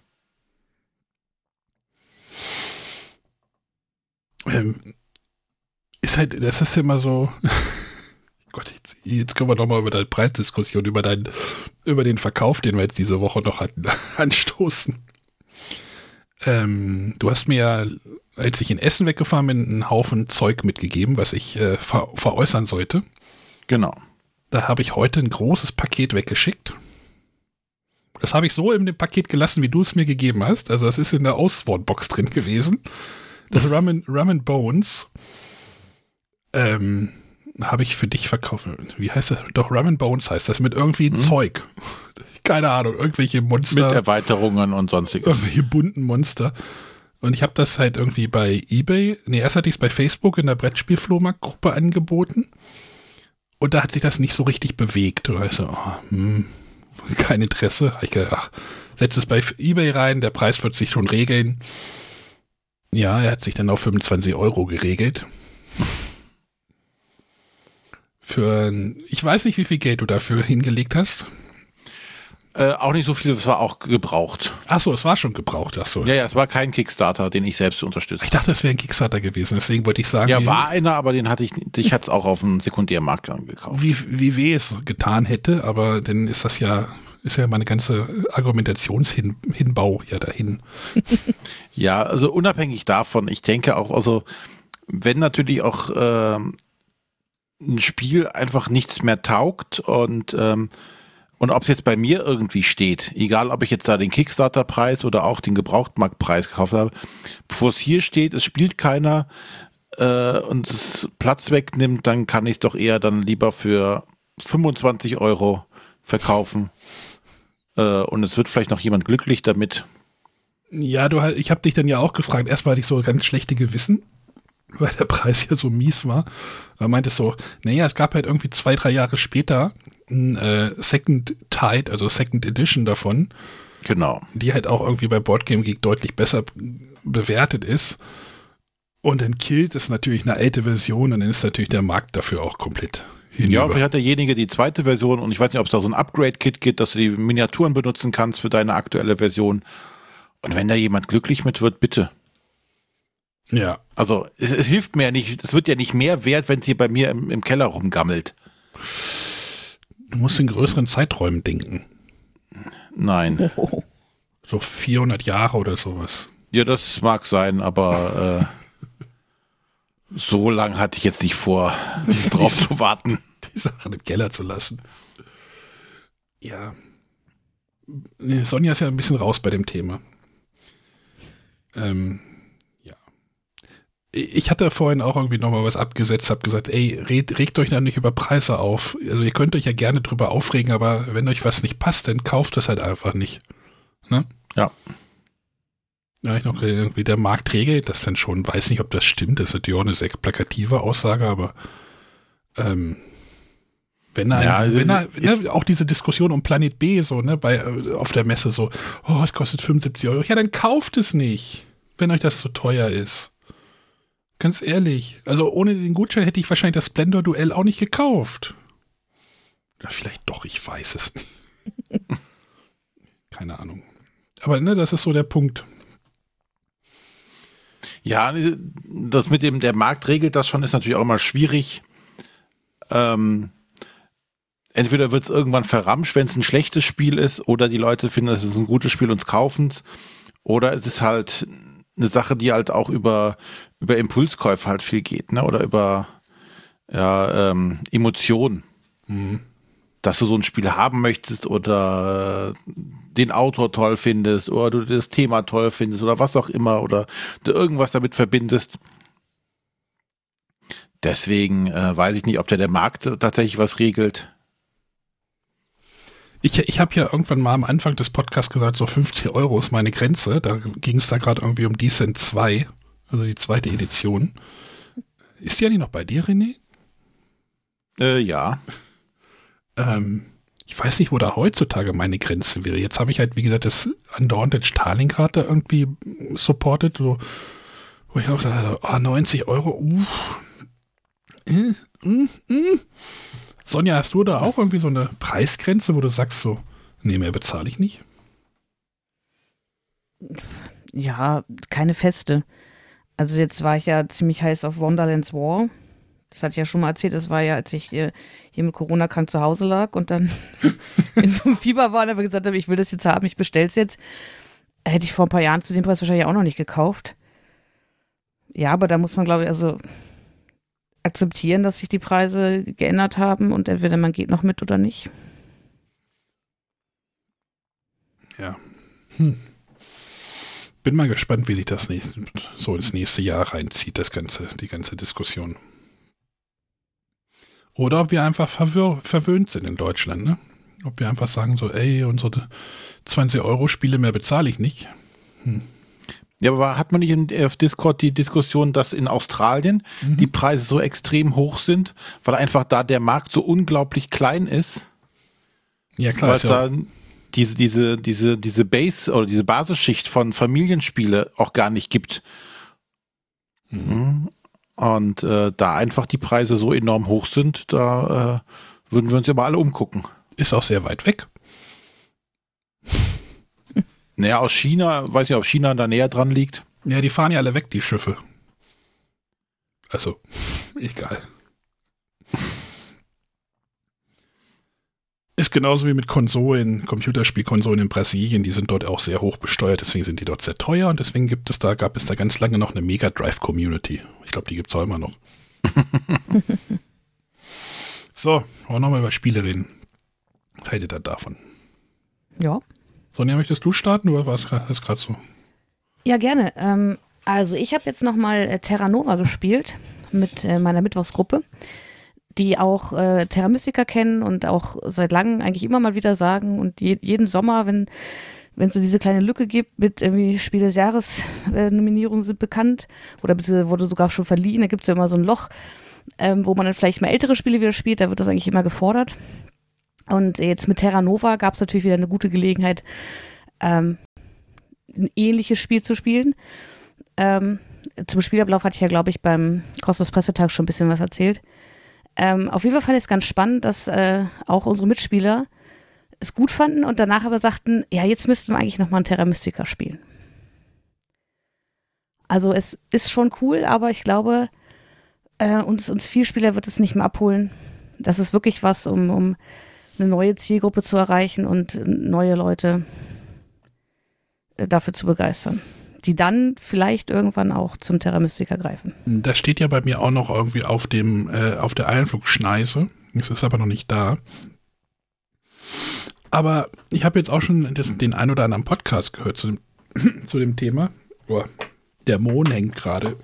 Ist halt, das ist immer so. Gott, jetzt können wir nochmal über deine Preisdiskussion, über den Verkauf, den wir jetzt diese Woche noch hatten, anstoßen. Du hast mir ja, als ich in Essen weggefahren bin, einen Haufen Zeug mitgegeben, was ich veräußern sollte. Genau. Da habe ich heute ein großes Paket weggeschickt. Das habe ich so in dem Paket gelassen, wie du es mir gegeben hast. Also das ist in der Auswortbox drin gewesen. Das Rum & Bones habe ich für dich verkauft. Wie heißt das? Doch, Rum & Bones heißt das, mit irgendwie Zeug. Keine Ahnung, irgendwelche Monster. Mit Erweiterungen und sonstiges. Irgendwelche bunten Monster. Und ich habe das halt irgendwie bei eBay, erst hatte ich es bei Facebook in der Brettspiel-Flohmarkt-Gruppe angeboten. Und da hat sich das nicht so richtig bewegt. Und da ist so, kein Interesse. Habe ich gedacht, setz es bei eBay rein, der Preis wird sich schon regeln. Ja, er hat sich dann auf 25 € geregelt. Ich weiß nicht, wie viel Geld du dafür hingelegt hast. Auch nicht so viel, es war auch gebraucht. Achso, es war schon gebraucht. Achso. Ja, es war kein Kickstarter, den ich selbst unterstütze. Ich dachte, das wäre ein Kickstarter gewesen, deswegen wollte ich sagen. Ja, war einer, aber den hatte ich hatte es auch auf dem Sekundärmarkt dann gekauft. Wie weh es getan hätte, aber dann ist das ja meine ganze Argumentationshinbau ja dahin. Ja, also unabhängig davon, ich denke auch, also wenn natürlich auch ein Spiel einfach nichts mehr taugt und ob es jetzt bei mir irgendwie steht, egal ob ich jetzt da den Kickstarter-Preis oder auch den Gebrauchtmarktpreis gekauft habe, bevor es hier steht, es spielt keiner und es Platz wegnimmt, dann kann ich es doch eher dann lieber für 25 € verkaufen und es wird vielleicht noch jemand glücklich damit. Ja, ich habe dich dann ja auch gefragt, erstmal hatte ich so ganz schlechte Gewissen, weil der Preis ja so mies war. Da meinte es so, naja, es gab halt irgendwie 2-3 Jahre später ein Second Tide, also Second Edition davon. Genau. Die halt auch irgendwie bei Boardgame Geek deutlich besser bewertet ist. Und dann killt es natürlich eine alte Version und dann ist natürlich der Markt dafür auch komplett hinüber. Ja, vielleicht hat derjenige die zweite Version und ich weiß nicht, ob es da so ein Upgrade-Kit gibt, dass du die Miniaturen benutzen kannst für deine aktuelle Version. Und wenn da jemand glücklich mit wird, bitte. Ja. Also es hilft mir ja nicht, es wird ja nicht mehr wert, wenn es hier bei mir im Keller rumgammelt. Du musst in größeren Zeiträumen denken. Nein. So 400 Jahre oder sowas. Ja, das mag sein, aber so lange hatte ich jetzt nicht vor, drauf zu warten. Die Sachen im Keller zu lassen. Ja. Sonja ist ja ein bisschen raus bei dem Thema. Ja. Ich hatte vorhin auch irgendwie nochmal was abgesetzt, habe gesagt, ey, regt euch da nicht über Preise auf. Also ihr könnt euch ja gerne drüber aufregen, aber wenn euch was nicht passt, dann kauft es halt einfach nicht. Ne? Ja. Ja, ich noch irgendwie der Markt regelt das dann schon. Weiß nicht, ob das stimmt. Das ist natürlich auch eine sehr plakative Aussage, aber auch diese Diskussion um Planet B so, ne, auf der Messe so, oh, es kostet 75 €. Ja, dann kauft es nicht, wenn euch das zu teuer ist. Ganz ehrlich. Also ohne den Gutschein hätte ich wahrscheinlich das Splendor-Duell auch nicht gekauft. Ja, vielleicht doch, ich weiß es nicht. Keine Ahnung. Aber ne, das ist so der Punkt. Ja, das mit dem, der Markt regelt das schon, ist natürlich auch immer schwierig. Entweder wird es irgendwann verramscht, wenn es ein schlechtes Spiel ist, oder die Leute finden, es ist ein gutes Spiel und kaufen es. Oder es ist halt eine Sache, die halt auch über Impulskäufe halt viel geht, ne? Oder über Emotionen. Mhm. Dass du so ein Spiel haben möchtest oder den Autor toll findest oder du das Thema toll findest oder was auch immer oder du irgendwas damit verbindest. Deswegen weiß ich nicht, ob der Markt tatsächlich was regelt. Ich habe ja irgendwann mal am Anfang des Podcasts gesagt, so 50 € ist meine Grenze. Da ging es da gerade irgendwie um Descent 2, also die zweite Edition. Ist die ja nicht noch bei dir, René? Ja. Ich weiß nicht, wo da heutzutage meine Grenze wäre. Jetzt habe ich halt, wie gesagt, das Undaunted Stalingrad da irgendwie supported, so, wo ich auch dachte, 90 €, Sonja, hast du da auch irgendwie so eine Preisgrenze, wo du sagst so, nee, mehr bezahle ich nicht? Ja, keine feste. Also jetzt war ich ja ziemlich heiß auf Wonderland's War. Das hatte ich ja schon mal erzählt. Das war ja, als ich hier mit Corona krank zu Hause lag und dann in so einem Fieber war und aber gesagt habe, ich will das jetzt haben, ich bestell's jetzt. Hätte ich vor ein paar Jahren zu dem Preis wahrscheinlich auch noch nicht gekauft. Ja, aber da muss man, glaube ich, also akzeptieren, dass sich die Preise geändert haben und entweder man geht noch mit oder nicht. Ja. Bin mal gespannt, wie sich das so ins nächste Jahr reinzieht, die ganze Diskussion. Oder ob wir einfach verwöhnt sind in Deutschland, ne? Ob wir einfach sagen so, ey, unsere 20 € Spiele mehr bezahle ich nicht. Ja, aber hat man nicht auf Discord die Diskussion, dass in Australien die Preise so extrem hoch sind, weil einfach da der Markt so unglaublich klein ist? Ja, klar. Weil es da diese Base oder diese Basisschicht von Familienspiele auch gar nicht gibt. Und da einfach die Preise so enorm hoch sind, da würden wir uns ja mal alle umgucken. Ist auch sehr weit weg. Naja, aus China, weiß nicht, ob China da näher dran liegt. Ja, die fahren ja alle weg, die Schiffe. Also, egal. Ist genauso wie mit Konsolen, Computerspielkonsolen in Brasilien, die sind dort auch sehr hoch besteuert, deswegen sind die dort sehr teuer und deswegen gab es da ganz lange noch eine Mega Drive Community. Ich glaube, die gibt es auch immer noch. So, wollen wir nochmal über Spiele reden. Was haltet ihr davon? Ja. Sonja, möchtest du starten oder war es gerade so? Ja, gerne. Also ich habe jetzt nochmal Terra Nova gespielt mit meiner Mittwochsgruppe, die auch Terra Mystica kennen und auch seit langem eigentlich immer mal wieder sagen und jeden Sommer, wenn es so diese kleine Lücke gibt mit irgendwie Spiel des Jahres Nominierungen sind bekannt oder wurde sogar schon verliehen, da gibt es ja immer so ein Loch, wo man dann vielleicht mal ältere Spiele wieder spielt, da wird das eigentlich immer gefordert. Und jetzt mit Terra Nova gab es natürlich wieder eine gute Gelegenheit, ein ähnliches Spiel zu spielen. Zum Spielablauf hatte ich ja, glaube ich, beim Kosmos Pressetag schon ein bisschen was erzählt. Auf jeden Fall fand ich es ganz spannend, dass auch unsere Mitspieler es gut fanden und danach aber sagten, ja, jetzt müssten wir eigentlich nochmal ein Terra Mystica spielen. Also es ist schon cool, aber ich glaube, uns Vielspieler wird es nicht mehr abholen. Das ist wirklich was, um eine neue Zielgruppe zu erreichen und neue Leute dafür zu begeistern, die dann vielleicht irgendwann auch zum Terra Mystica greifen. Das steht ja bei mir auch noch irgendwie auf der Einflugschneise. Es ist aber noch nicht da. Aber ich habe jetzt auch schon den ein oder anderen Podcast gehört zu dem Thema. Oh, der Mond hängt gerade.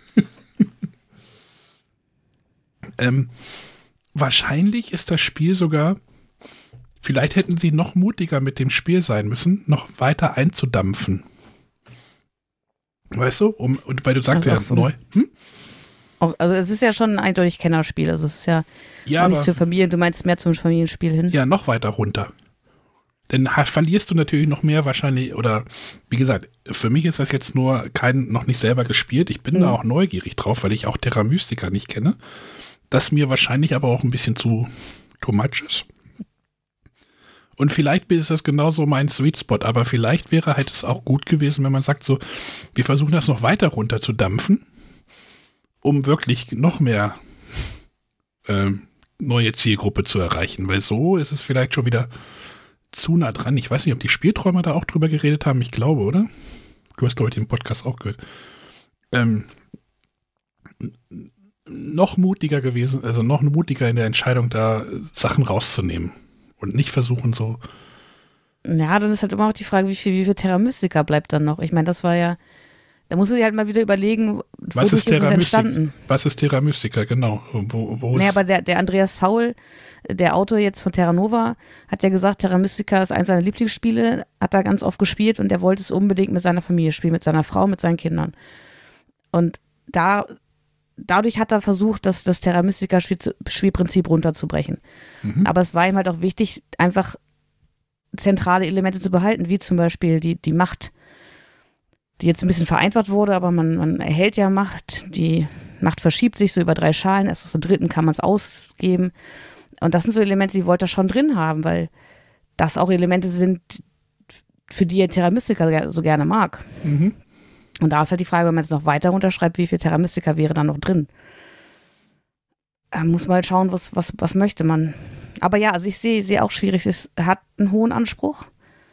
Wahrscheinlich ist das Spiel sogar, vielleicht hätten sie noch mutiger mit dem Spiel sein müssen, noch weiter einzudampfen. Weißt du? Und weil du sagst ja neu. Also es ist ja schon ein eindeutig Kennerspiel. Also es ist ja auch nicht zur Familie. Du meinst mehr zum Familienspiel hin. Ja, noch weiter runter. Dann verlierst du natürlich noch mehr wahrscheinlich, oder wie gesagt, für mich ist das jetzt noch nicht selber gespielt. Ich bin da auch neugierig drauf, weil ich auch Terra Mystica nicht kenne. Das mir wahrscheinlich aber auch ein bisschen too much ist. Und vielleicht ist das genauso mein Sweet Spot, aber vielleicht wäre halt es auch gut gewesen, wenn man sagt so, wir versuchen das noch weiter runter zu dampfen, um wirklich noch mehr neue Zielgruppe zu erreichen, weil so ist es vielleicht schon wieder zu nah dran. Ich weiß nicht, ob die Spielträumer da auch drüber geredet haben, ich glaube, oder? Du hast, glaube ich, den Podcast auch gehört. Noch mutiger gewesen, also noch mutiger in der Entscheidung, da Sachen rauszunehmen. Und nicht versuchen so. Ja, dann ist halt immer auch die Frage, wie viel Terra Mystica bleibt dann noch. Ich meine, das war ja, da musst du dir halt mal wieder überlegen, was ist es entstanden. Was ist Terra Mystica, genau. Naja, aber der Andreas Faul, der Autor jetzt von Terra Nova, hat ja gesagt, Terra Mystica ist eines seiner Lieblingsspiele, hat da ganz oft gespielt und er wollte es unbedingt mit seiner Familie spielen, mit seiner Frau, mit seinen Kindern. Und dadurch hat er versucht, das Terra Mystica Spielprinzip runterzubrechen. Aber es war ihm halt auch wichtig, einfach zentrale Elemente zu behalten, wie zum Beispiel die Macht, die jetzt ein bisschen vereinfacht wurde, aber man erhält ja Macht. Die Macht verschiebt sich so über 3 Schalen. Erst aus der 3. kann man es ausgeben. Und das sind so Elemente, die wollte er schon drin haben, weil das auch Elemente sind, für die er Terra Mystica so gerne mag. Und da ist halt die Frage, wenn man es noch weiter runterschreibt, wie viel Terra Mystica wäre da noch drin? Muss mal schauen, was möchte man. Aber ja, also ich sehe auch schwierig, es hat einen hohen Anspruch.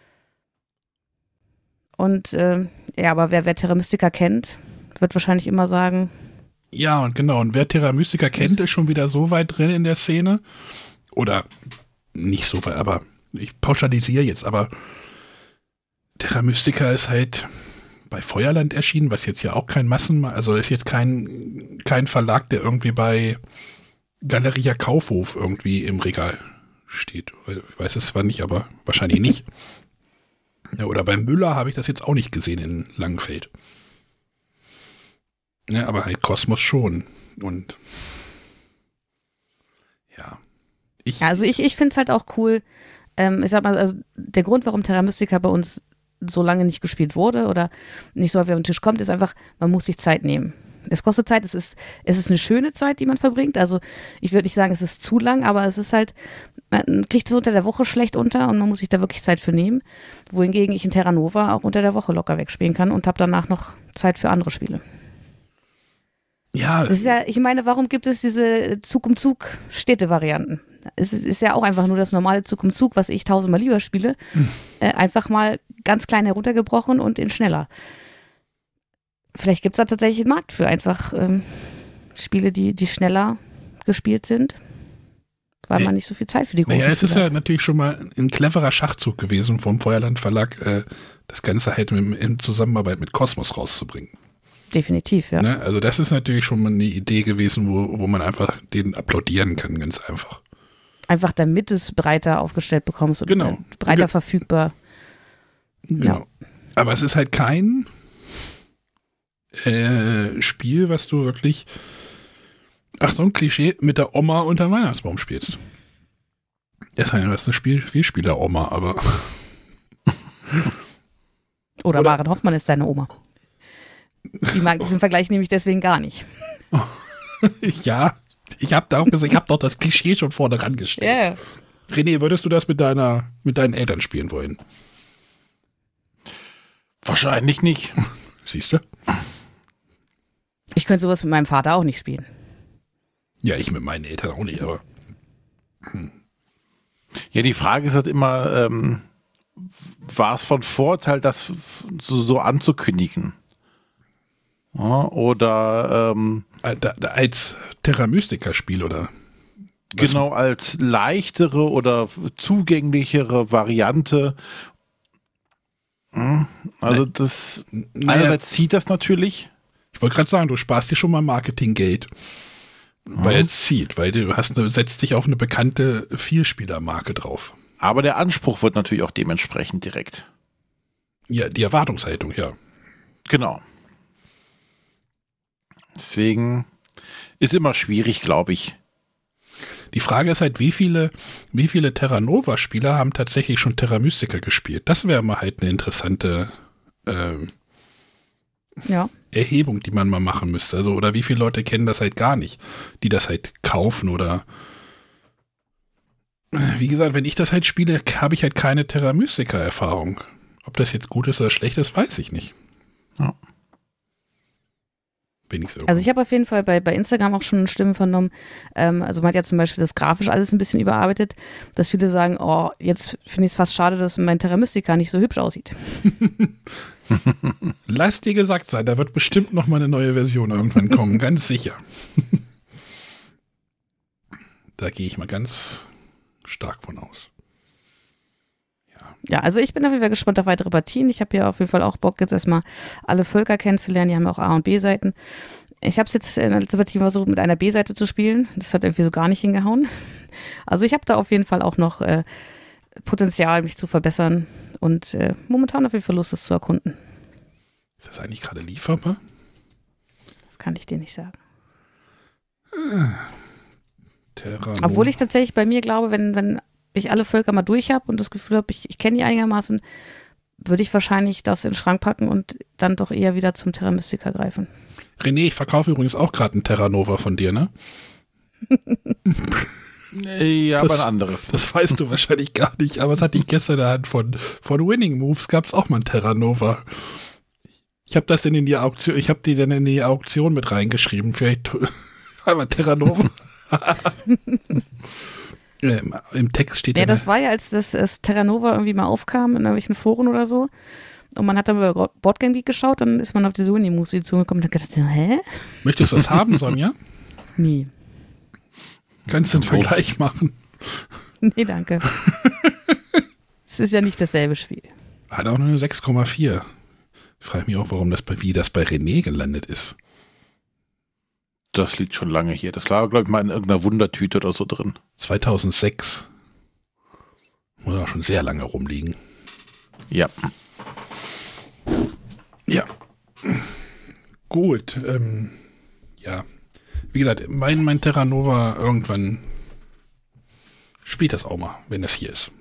Und aber wer Terra Mystica kennt, wird wahrscheinlich immer sagen. Ja, und genau. Und wer Terra Mystica kennt, ist schon wieder so weit drin in der Szene. Oder nicht so weit, aber ich pauschalisiere jetzt, aber Terra Mystica ist halt bei Feuerland erschienen, was jetzt ja auch kein also ist jetzt kein Verlag, der irgendwie bei Galeria Kaufhof irgendwie im Regal steht. Ich weiß es zwar nicht, aber wahrscheinlich nicht. Ja, oder beim Müller habe ich das jetzt auch nicht gesehen in Langenfeld. Ja, aber halt Kosmos schon. Und ja. Ich finde es halt auch cool. Ich sag mal, also der Grund, warum Terra Mystica bei uns so lange nicht gespielt wurde oder nicht so häufig auf den Tisch kommt, ist einfach, man muss sich Zeit nehmen. Es kostet Zeit, es ist eine schöne Zeit, die man verbringt. Also ich würde nicht sagen, es ist zu lang, aber es ist halt, man kriegt es unter der Woche schlecht unter und man muss sich da wirklich Zeit für nehmen. Wohingegen ich in Terra Nova auch unter der Woche locker wegspielen kann und habe danach noch Zeit für andere Spiele. Ja. Das ist ja, ich meine, warum gibt es diese Zug-um-Zug-Städte-Varianten? Es ist ja auch einfach nur das normale Zug-um-Zug, was ich tausendmal lieber spiele. Einfach mal ganz klein heruntergebrochen und in schneller. Vielleicht gibt es da tatsächlich einen Markt für einfach Spiele, die schneller gespielt sind, weil man nicht so viel Zeit für die großen Spiele hat. Es ist ja natürlich schon mal ein cleverer Schachzug gewesen vom Feuerland Verlag, das Ganze halt in Zusammenarbeit mit Kosmos rauszubringen. Definitiv, ja. Ne? Also das ist natürlich schon mal eine Idee gewesen, wo man einfach den applaudieren kann, ganz einfach. Einfach damit es breiter aufgestellt bekommst und genau. breiter verfügbar. Genau. Ja. Aber es ist halt kein Spiel, was du wirklich, Achtung, Klischee, mit der Oma unter Weihnachtsbaum spielst. Das ist eine Spielspieler-Oma, aber Oder Maren Hoffmann ist deine Oma. Die mag diesen Vergleich nämlich deswegen gar nicht. Ja, ich habe da auch gesagt, ich habe doch das Klischee schon vorne rangestellt. Yeah. René, würdest du das mit deinen Eltern spielen wollen? Wahrscheinlich nicht. Siehst du? Ich könnte sowas mit meinem Vater auch nicht spielen. Ja, ich mit meinen Eltern auch nicht, aber Ja, die Frage ist halt immer, war es von Vorteil, das so anzukündigen? Ja, oder als Terra Mystica-Spiel, oder? Genau, als leichtere oder zugänglichere Variante. Also das einerseits zieht das natürlich. Ich wollte gerade sagen, du sparst dir schon mal Marketinggeld, weil es zieht, weil du setzt dich auf eine bekannte Vielspieler-Marke drauf. Aber der Anspruch wird natürlich auch dementsprechend direkt. Ja, die Erwartungshaltung, ja. Genau. Deswegen ist immer schwierig, glaube ich. Die Frage ist halt, wie viele Terra Nova-Spieler haben tatsächlich schon Terra Mystica gespielt? Das wäre mal halt eine interessante Erhebung, die man mal machen müsste. Also, oder wie viele Leute kennen das halt gar nicht, die das halt kaufen oder wie gesagt, wenn ich das halt spiele, habe ich halt keine Terra Mystica-Erfahrung. Ob das jetzt gut ist oder schlecht ist, weiß ich nicht. Ja. Also ich habe auf jeden Fall bei Instagram auch schon Stimmen vernommen, also man hat ja zum Beispiel das grafisch alles ein bisschen überarbeitet, dass viele sagen, oh, jetzt finde ich es fast schade, dass mein Terra Mystica nicht so hübsch aussieht. Lass dir gesagt sein, da wird bestimmt noch mal eine neue Version irgendwann kommen, ganz sicher. Da gehe ich mal ganz stark von aus. Ja, also ich bin auf jeden Fall gespannt auf weitere Partien. Ich habe ja auf jeden Fall auch Bock, jetzt erstmal alle Völker kennenzulernen. Die haben ja auch A- und B-Seiten. Ich habe es jetzt in der letzten Partie versucht, mit einer B-Seite zu spielen. Das hat irgendwie so gar nicht hingehauen. Also ich habe da auf jeden Fall auch noch Potenzial, mich zu verbessern und momentan auf jeden Fall Lust, es zu erkunden. Ist das eigentlich gerade lieferbar? Das kann ich dir nicht sagen. Terra Obwohl ich tatsächlich bei mir glaube, wenn ich alle Völker mal durch habe und das Gefühl habe, ich kenne die einigermaßen, würde ich wahrscheinlich das in den Schrank packen und dann doch eher wieder zum Terra Mystica greifen. René, ich verkaufe übrigens auch gerade einen Terra Nova von dir, ne? Ja, aber ein anderes. Das weißt du wahrscheinlich gar nicht, aber es hatte ich gestern in der Hand von Winning Moves, gab es auch mal ein Terra Nova. Ich habe das dann in die Auktion, ich habe die dann in die Auktion mit reingeschrieben, vielleicht einmal Terra Nova. Im Text steht ja, das war ja, als das Terra Nova irgendwie mal aufkam in irgendwelchen Foren oder so. Und man hat dann über Boardgame Geek geschaut, dann ist man auf diese Winning Moves zugekommen und hat gedacht, hä? Möchtest du das haben, Sonja? Nee. Kannst du einen Vergleich machen? Nee, danke. Es ist ja nicht dasselbe Spiel. Hat auch nur eine 6,4. Ich frage mich auch, wie das bei René gelandet ist. Das liegt schon lange hier. Das lag, glaube ich, mal in irgendeiner Wundertüte oder so drin. 2006. Muss auch schon sehr lange rumliegen. Ja. Ja. Gut. Ja. Wie gesagt, mein Terra Nova irgendwann spielt das auch mal, wenn das hier ist.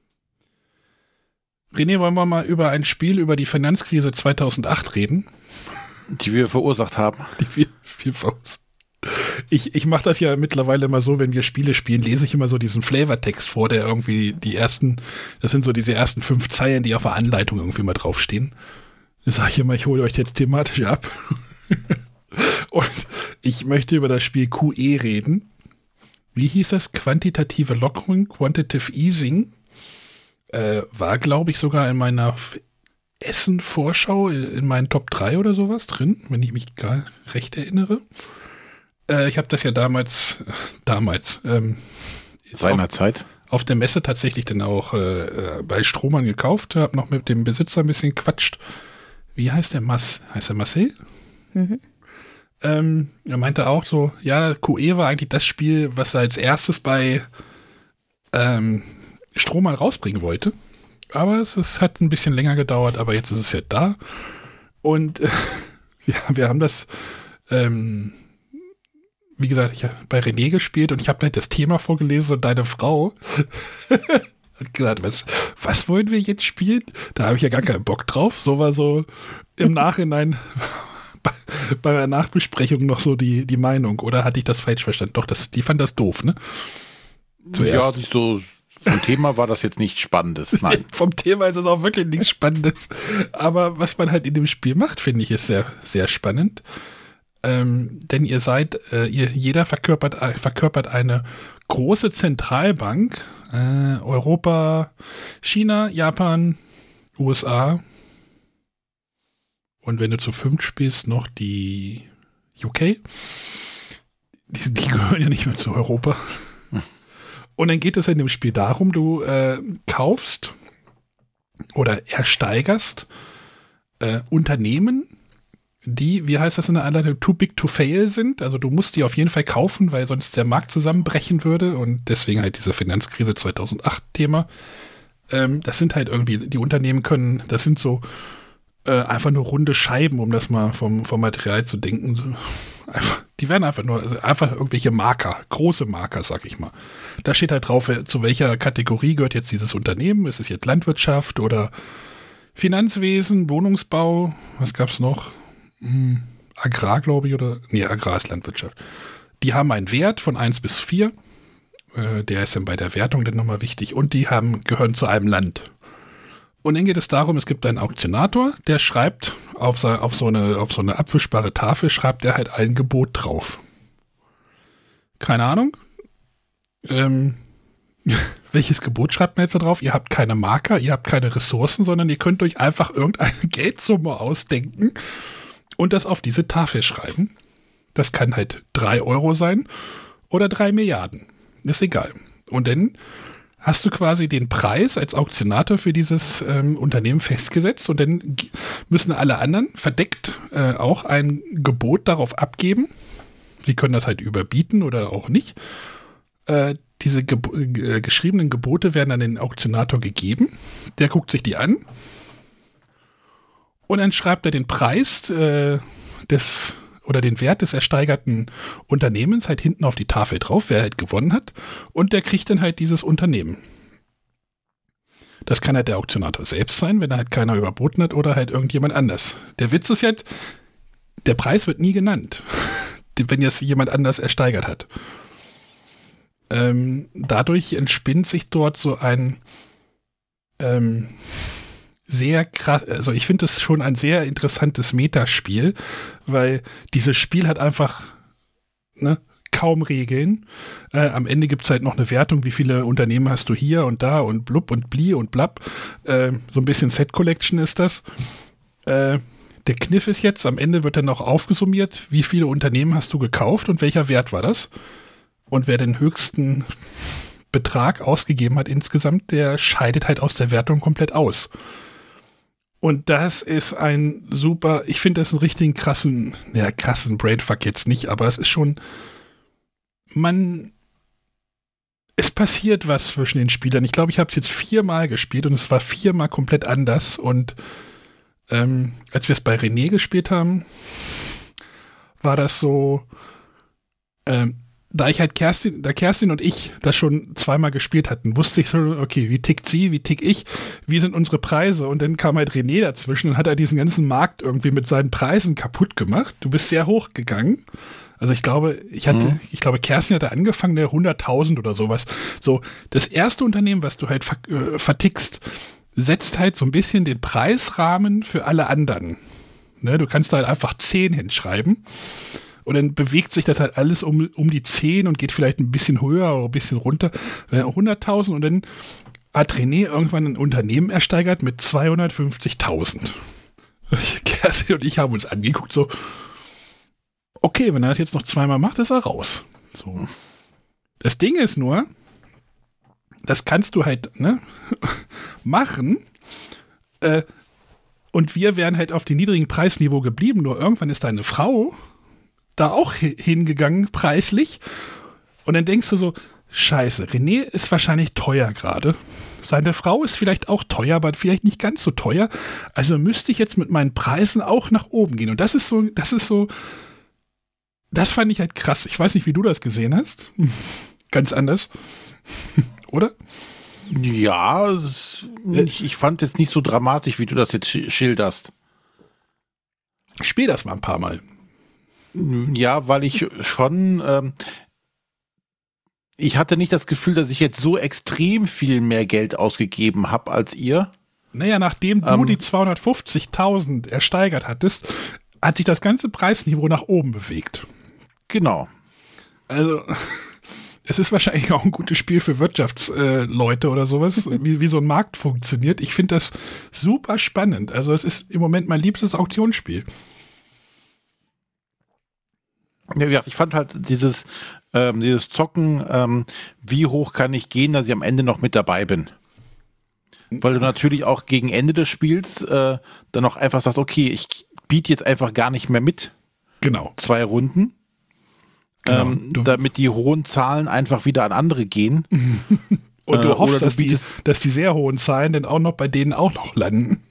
René, wollen wir mal über ein Spiel über die Finanzkrise 2008 reden? Die wir verursacht haben. Die wir Ich mache das ja mittlerweile immer so, wenn wir Spiele spielen, lese ich immer so diesen Flavortext vor, der irgendwie das sind so diese ersten 5 Zeilen, die auf der Anleitung irgendwie mal draufstehen. Da sage ich immer, ich hole euch jetzt thematisch ab. Und ich möchte über das Spiel QE reden. Wie hieß das? Quantitative Lockerung, Quantitative Easing. War, glaube ich, sogar in meiner Essen-Vorschau in meinen Top 3 oder sowas drin, wenn ich mich gar recht erinnere. Ich habe das ja damals seinerzeit auf der Messe tatsächlich dann auch bei Strohmann gekauft, habe noch mit dem Besitzer ein bisschen quatscht. Wie heißt der? Heißt der Marcel? Mhm. Er meinte auch so, ja, QE war eigentlich das Spiel, was er als erstes bei Strohmann rausbringen wollte. Aber es hat ein bisschen länger gedauert, aber jetzt ist es ja da. Und wir haben das, wie gesagt, ich habe bei René gespielt und ich habe halt das Thema vorgelesen und deine Frau hat gesagt, was wollen wir jetzt spielen? Da habe ich ja gar keinen Bock drauf. So war so im Nachhinein bei der Nachbesprechung noch so die Meinung. Oder hatte ich das falsch verstanden? Doch, die fand das doof, ne? Zuerst. Ja, so vom Thema war das jetzt nichts Spannendes. Nein. Vom Thema ist es auch wirklich nichts Spannendes. Aber was man halt in dem Spiel macht, finde ich, ist sehr, sehr spannend. Denn jeder verkörpert eine große Zentralbank, Europa, China, Japan, USA und wenn du zu 5 spielst, noch die UK. Die gehören ja nicht mehr zu Europa. Und dann geht es in dem Spiel darum, du kaufst oder ersteigerst Unternehmen, die, wie heißt das in der Anleitung, too big to fail sind. Also du musst die auf jeden Fall kaufen, weil sonst der Markt zusammenbrechen würde. Und deswegen halt diese Finanzkrise 2008-Thema. Das sind halt irgendwie, die Unternehmen das sind so einfach nur runde Scheiben, um das mal vom Material zu denken. So, die werden einfach irgendwelche Marker, große Marker, sag ich mal. Da steht halt drauf, zu welcher Kategorie gehört jetzt dieses Unternehmen. Ist es jetzt Landwirtschaft oder Finanzwesen, Wohnungsbau? Was gab's noch? Agrar, glaube ich, Agrar ist Landwirtschaft. Die haben einen Wert von 1 bis 4. Der ist dann bei der Wertung dann nochmal wichtig. Und die gehören zu einem Land. Und dann geht es darum, es gibt einen Auktionator, der schreibt auf so eine abwischbare Tafel, schreibt er halt ein Gebot drauf. Keine Ahnung. Welches Gebot schreibt man jetzt da drauf? Ihr habt keine Marker, ihr habt keine Ressourcen, sondern ihr könnt euch einfach irgendeine Geldsumme ausdenken und das auf diese Tafel schreiben. Das kann halt 3 Euro sein oder 3 Milliarden. Ist egal. Und dann hast du quasi den Preis als Auktionator für dieses Unternehmen festgesetzt und dann müssen alle anderen verdeckt auch ein Gebot darauf abgeben. Die können das halt überbieten oder auch nicht. Diese geschriebenen Gebote werden an den Auktionator gegeben. Der guckt sich die an und dann schreibt er den Preis oder den Wert des ersteigerten Unternehmens halt hinten auf die Tafel drauf, wer halt gewonnen hat. Und der kriegt dann halt dieses Unternehmen. Das kann halt der Auktionator selbst sein, wenn er halt keiner überboten hat oder halt irgendjemand anders. Der Witz ist jetzt, der Preis wird nie genannt, wenn jetzt jemand anders ersteigert hat. Dadurch entspinnt sich dort so ein sehr krass, also ich finde das schon ein sehr interessantes Metaspiel, weil dieses Spiel hat einfach kaum Regeln. Am Ende gibt es halt noch eine Wertung, wie viele Unternehmen hast du hier und da und blub und bli und blab. So ein bisschen Set-Collection ist das. Der Kniff ist jetzt, am Ende wird dann noch aufgesummiert, wie viele Unternehmen hast du gekauft und welcher Wert war das? Und wer den höchsten Betrag ausgegeben hat insgesamt, der scheidet halt aus der Wertung komplett aus. Und das ist ich finde das einen richtigen krassen Brainfuck jetzt nicht, aber es ist schon, es passiert was zwischen den Spielern. Ich glaube, ich habe es jetzt 4-mal gespielt und es war 4-mal komplett anders. Und als wir es bei René gespielt haben, war das so, da Kerstin und ich das schon 2-mal gespielt hatten, wusste ich so, okay, wie tickt sie, wie tick ich, wie sind unsere Preise? Und dann kam halt René dazwischen und hat halt diesen ganzen Markt irgendwie mit seinen Preisen kaputt gemacht. Du bist sehr hoch gegangen. Also ich glaube, Kerstin hatte angefangen, der 100.000 oder sowas. So, das erste Unternehmen, was du halt vertickst, setzt halt so ein bisschen den Preisrahmen für alle anderen. Ne, du kannst da halt einfach 10 hinschreiben. Und dann bewegt sich das halt alles um die 10 und geht vielleicht ein bisschen höher oder ein bisschen runter. 100.000 und dann hat René irgendwann ein Unternehmen ersteigert mit 250.000. Kerstin und ich haben uns angeguckt, so, okay, wenn er das jetzt noch 2-mal macht, ist er raus. So. Das Ding ist nur, das kannst du halt machen und wir wären halt auf dem niedrigen Preisniveau geblieben, nur irgendwann ist deine Frau da auch hingegangen, preislich. Und dann denkst du so, scheiße, René ist wahrscheinlich teuer gerade. Seine Frau ist vielleicht auch teuer, aber vielleicht nicht ganz so teuer. Also müsste ich jetzt mit meinen Preisen auch nach oben gehen. Und das fand ich halt krass. Ich weiß nicht, wie du das gesehen hast. Ganz anders. Oder? Ja, ich fand jetzt nicht so dramatisch, wie du das jetzt schilderst. Spiel das mal ein paar Mal. Ja, weil ich schon, ich hatte nicht das Gefühl, dass ich jetzt so extrem viel mehr Geld ausgegeben habe als ihr. Naja, nachdem du die 250.000 ersteigert hattest, hat sich das ganze Preisniveau nach oben bewegt. Genau. Also, es ist wahrscheinlich auch ein gutes Spiel für Wirtschaftsleute oder sowas, wie so ein Markt funktioniert. Ich finde das super spannend. Also, es ist im Moment mein liebstes Auktionsspiel. Ja, ich fand halt dieses Zocken, wie hoch kann ich gehen, dass ich am Ende noch mit dabei bin. Weil du natürlich auch gegen Ende des Spiels dann auch einfach sagst, okay, ich biete jetzt einfach gar nicht mehr mit. Genau. 2 Runden. Genau. Damit die hohen Zahlen einfach wieder an andere gehen. Und du hoffst, dass die sehr hohen Zahlen dann auch noch bei denen auch noch landen.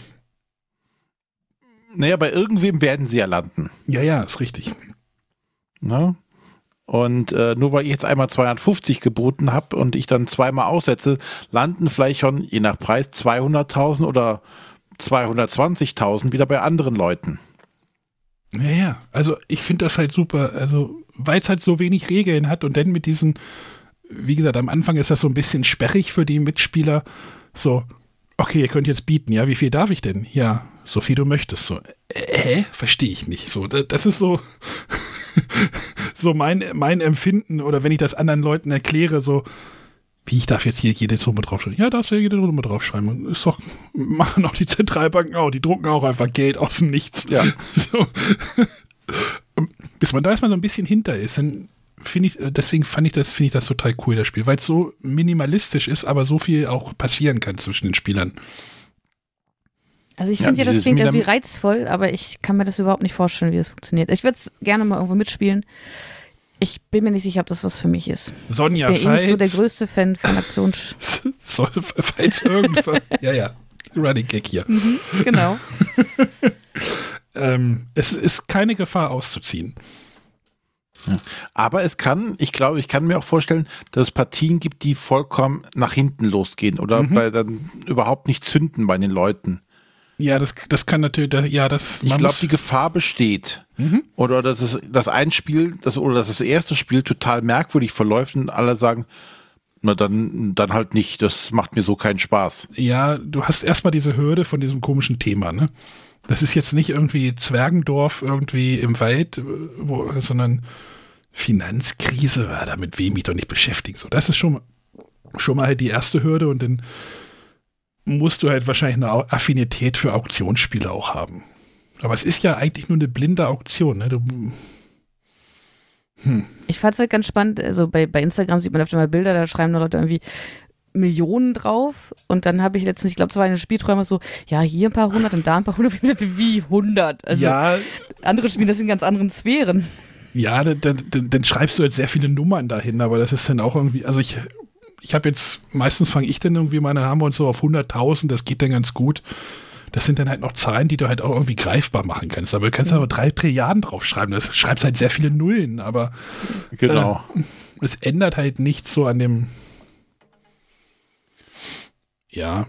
Naja, bei irgendwem werden sie ja landen. Ja, ist richtig. Na? Und nur weil ich jetzt einmal 250 geboten habe und ich dann 2-mal aussetze, landen vielleicht schon, je nach Preis, 200.000 oder 220.000 wieder bei anderen Leuten. Ja, also ich finde das halt super, also weil es halt so wenig Regeln hat und dann mit diesen, wie gesagt, am Anfang ist das so ein bisschen sperrig für die Mitspieler, so, okay, ihr könnt jetzt bieten, ja, wie viel darf ich denn? Ja, so viel du möchtest, so, verstehe ich nicht, so, das ist so, so mein Empfinden oder wenn ich das anderen Leuten erkläre, so, wie, ich darf jetzt hier jede Summe draufschreiben? Ja, darfst du jede Summe draufschreiben. Ist doch, machen auch die Zentralbanken auch, die drucken auch einfach Geld aus dem Nichts. Ja. So. Bis man da erstmal so ein bisschen hinter ist, dann deswegen finde ich das total cool, das Spiel, weil es so minimalistisch ist, aber so viel auch passieren kann zwischen den Spielern. Also ich finde das klingt irgendwie reizvoll, aber ich kann mir das überhaupt nicht vorstellen, wie das funktioniert. Ich würde es gerne mal irgendwo mitspielen. Ich bin mir nicht sicher, ob das was für mich ist. Sonja, ich bin nicht so der größte Fan von Aktions... Falls irgendwann... ja, Running Gag hier. Genau. Es ist keine Gefahr auszuziehen. Ja. Aber ich kann mir auch vorstellen, dass es Partien gibt, die vollkommen nach hinten losgehen oder dann überhaupt nicht zünden bei den Leuten. Ja, das kann natürlich, ja, das. Ich glaube, die Gefahr besteht. Oder dass es das erste Spiel total merkwürdig verläuft und alle sagen, na dann halt nicht, das macht mir so keinen Spaß. Ja, du hast erstmal diese Hürde von diesem komischen Thema, ne? Das ist jetzt nicht irgendwie Zwergendorf irgendwie im Wald, sondern Finanzkrise, damit will ich mich doch nicht beschäftigen. So, das ist schon mal halt die erste Hürde und dann musst du halt wahrscheinlich eine Affinität für Auktionsspiele auch haben. Aber es ist ja eigentlich nur eine blinde Auktion. Ne? Ich fand es halt ganz spannend, also bei Instagram sieht man öfter mal Bilder, da schreiben Leute irgendwie Millionen drauf und dann habe ich letztens, ich glaube, es war eine Spielträume so, ja, hier ein paar hundert und da ein paar hundert, wie 100. Also ja, andere spielen das in ganz anderen Sphären. Ja, dann schreibst du jetzt sehr viele Nummern dahin, aber das ist dann auch irgendwie, also ich habe jetzt, meistens fange ich dann irgendwie mal, dann haben wir uns so auf 100.000, das geht dann ganz gut. Das sind dann halt noch Zahlen, die du halt auch irgendwie greifbar machen kannst. Aber du kannst aber 3 Trilliarden draufschreiben. Das schreibt halt sehr viele Nullen, aber Genau. Es ändert halt nichts so an dem. Ja.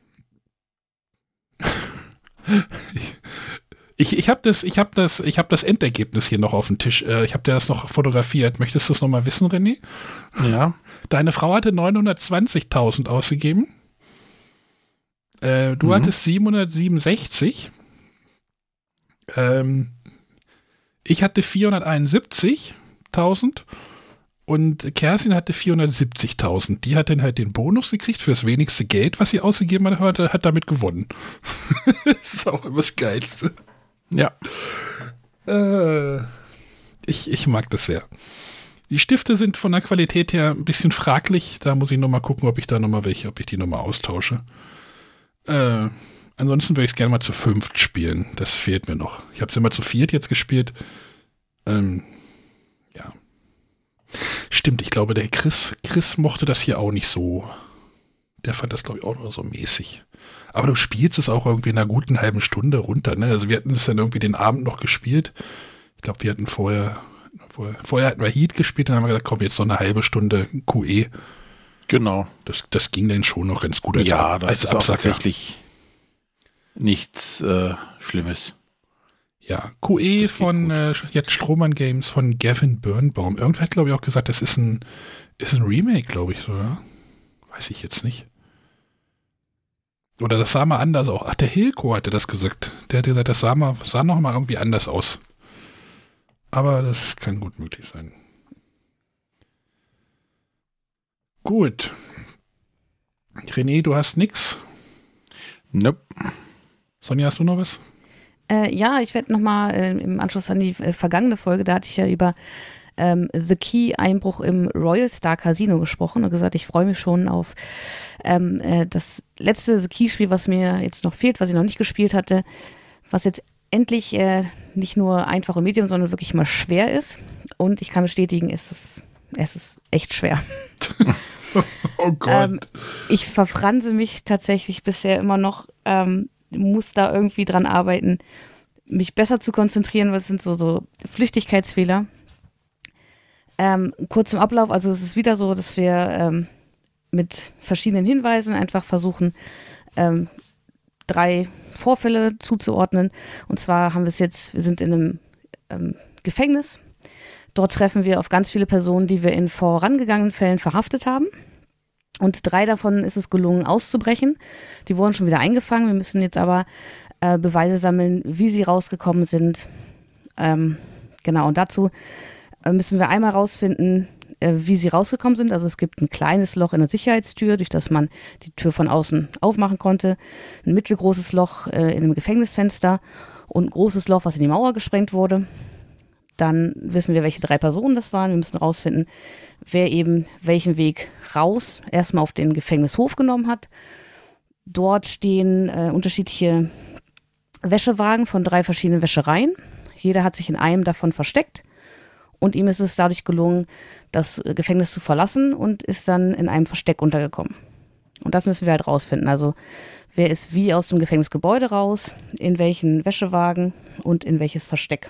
Ich habe das Endergebnis hier noch auf dem Tisch. Ich habe dir das noch fotografiert. Möchtest du es nochmal wissen, René? Ja. Deine Frau hatte 920.000 ausgegeben. Du hattest 767. Ich hatte 471.000 und Kerstin hatte 470.000. Die hat dann halt den Bonus gekriegt für das wenigste Geld, was sie ausgegeben hat damit gewonnen. Das ist auch immer das Geilste. Ja. Ich mag das sehr. Die Stifte sind von der Qualität her ein bisschen fraglich. Da muss ich nochmal gucken, ob ich die nochmal austausche. Ansonsten würde ich es gerne mal zu 5 spielen. Das fehlt mir noch. Ich habe es immer zu 4 jetzt gespielt. Ja. Stimmt, ich glaube, der Chris mochte das hier auch nicht so. Der fand das, glaube ich, auch nur so mäßig. Aber du spielst es auch irgendwie in einer guten halben Stunde runter, ne? Also wir hatten es dann irgendwie den Abend noch gespielt. Ich glaube, wir hatten vorher hatten wir Heat gespielt, dann haben wir gesagt, komm, jetzt noch eine halbe Stunde QE. Genau. Das ging dann schon noch ganz gut Das ist Absacker. auch tatsächlich nichts Schlimmes. Ja, QE von jetzt Strohmann Games von Gavin Birnbaum. Irgendwer hat, glaube ich, auch gesagt, das ist ein Remake, glaube ich sogar. Weiß ich jetzt nicht. Oder das sah mal anders aus. Ach, der Hilko hatte das gesagt. Der hatte gesagt, das sah noch mal irgendwie anders aus. Aber das kann gut möglich sein. Gut. René, du hast nix? Nope. Sonja, hast du noch was? Ja, ich werde nochmal im Anschluss an die vergangene Folge, da hatte ich ja über The Key Einbruch im Royal Star Casino gesprochen und gesagt, ich freue mich schon auf das letzte The Key Spiel, was mir jetzt noch fehlt, was ich noch nicht gespielt hatte, was jetzt endlich nicht nur einfach und medium, sondern wirklich mal schwer ist. Und ich kann bestätigen, es ist echt schwer. Oh Gott. Ich verfranse mich tatsächlich bisher immer noch, muss da irgendwie dran arbeiten, mich besser zu konzentrieren, weil es sind so Flüchtigkeitsfehler. Kurz zum Ablauf, also es ist wieder so, dass wir mit verschiedenen Hinweisen einfach versuchen, 3 Vorfälle zuzuordnen. Und zwar wir sind in einem Gefängnis. Dort treffen wir auf ganz viele Personen, die wir in vorangegangenen Fällen verhaftet haben. Und 3 davon ist es gelungen, auszubrechen. Die wurden schon wieder eingefangen. Wir müssen jetzt aber Beweise sammeln, wie sie rausgekommen sind. Genau, und dazu müssen wir einmal rausfinden, wie sie rausgekommen sind. Also es gibt ein kleines Loch in der Sicherheitstür, durch das man die Tür von außen aufmachen konnte. Ein mittelgroßes Loch in einem Gefängnisfenster und ein großes Loch, was in die Mauer gesprengt wurde. Dann wissen wir, welche 3 Personen das waren. Wir müssen rausfinden, wer eben welchen Weg raus erstmal auf den Gefängnishof genommen hat. Dort stehen unterschiedliche Wäschewagen von 3 verschiedenen Wäschereien. Jeder hat sich in einem davon versteckt. Und ihm ist es dadurch gelungen, das Gefängnis zu verlassen und ist dann in einem Versteck untergekommen. Und das müssen wir halt rausfinden. Also wer ist wie aus dem Gefängnisgebäude raus, in welchen Wäschewagen und in welches Versteck.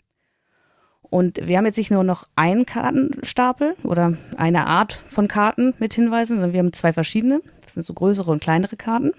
Und wir haben jetzt nicht nur noch einen Kartenstapel oder eine Art von Karten mit Hinweisen, sondern wir haben 2 verschiedene. Das sind so größere und kleinere Karten.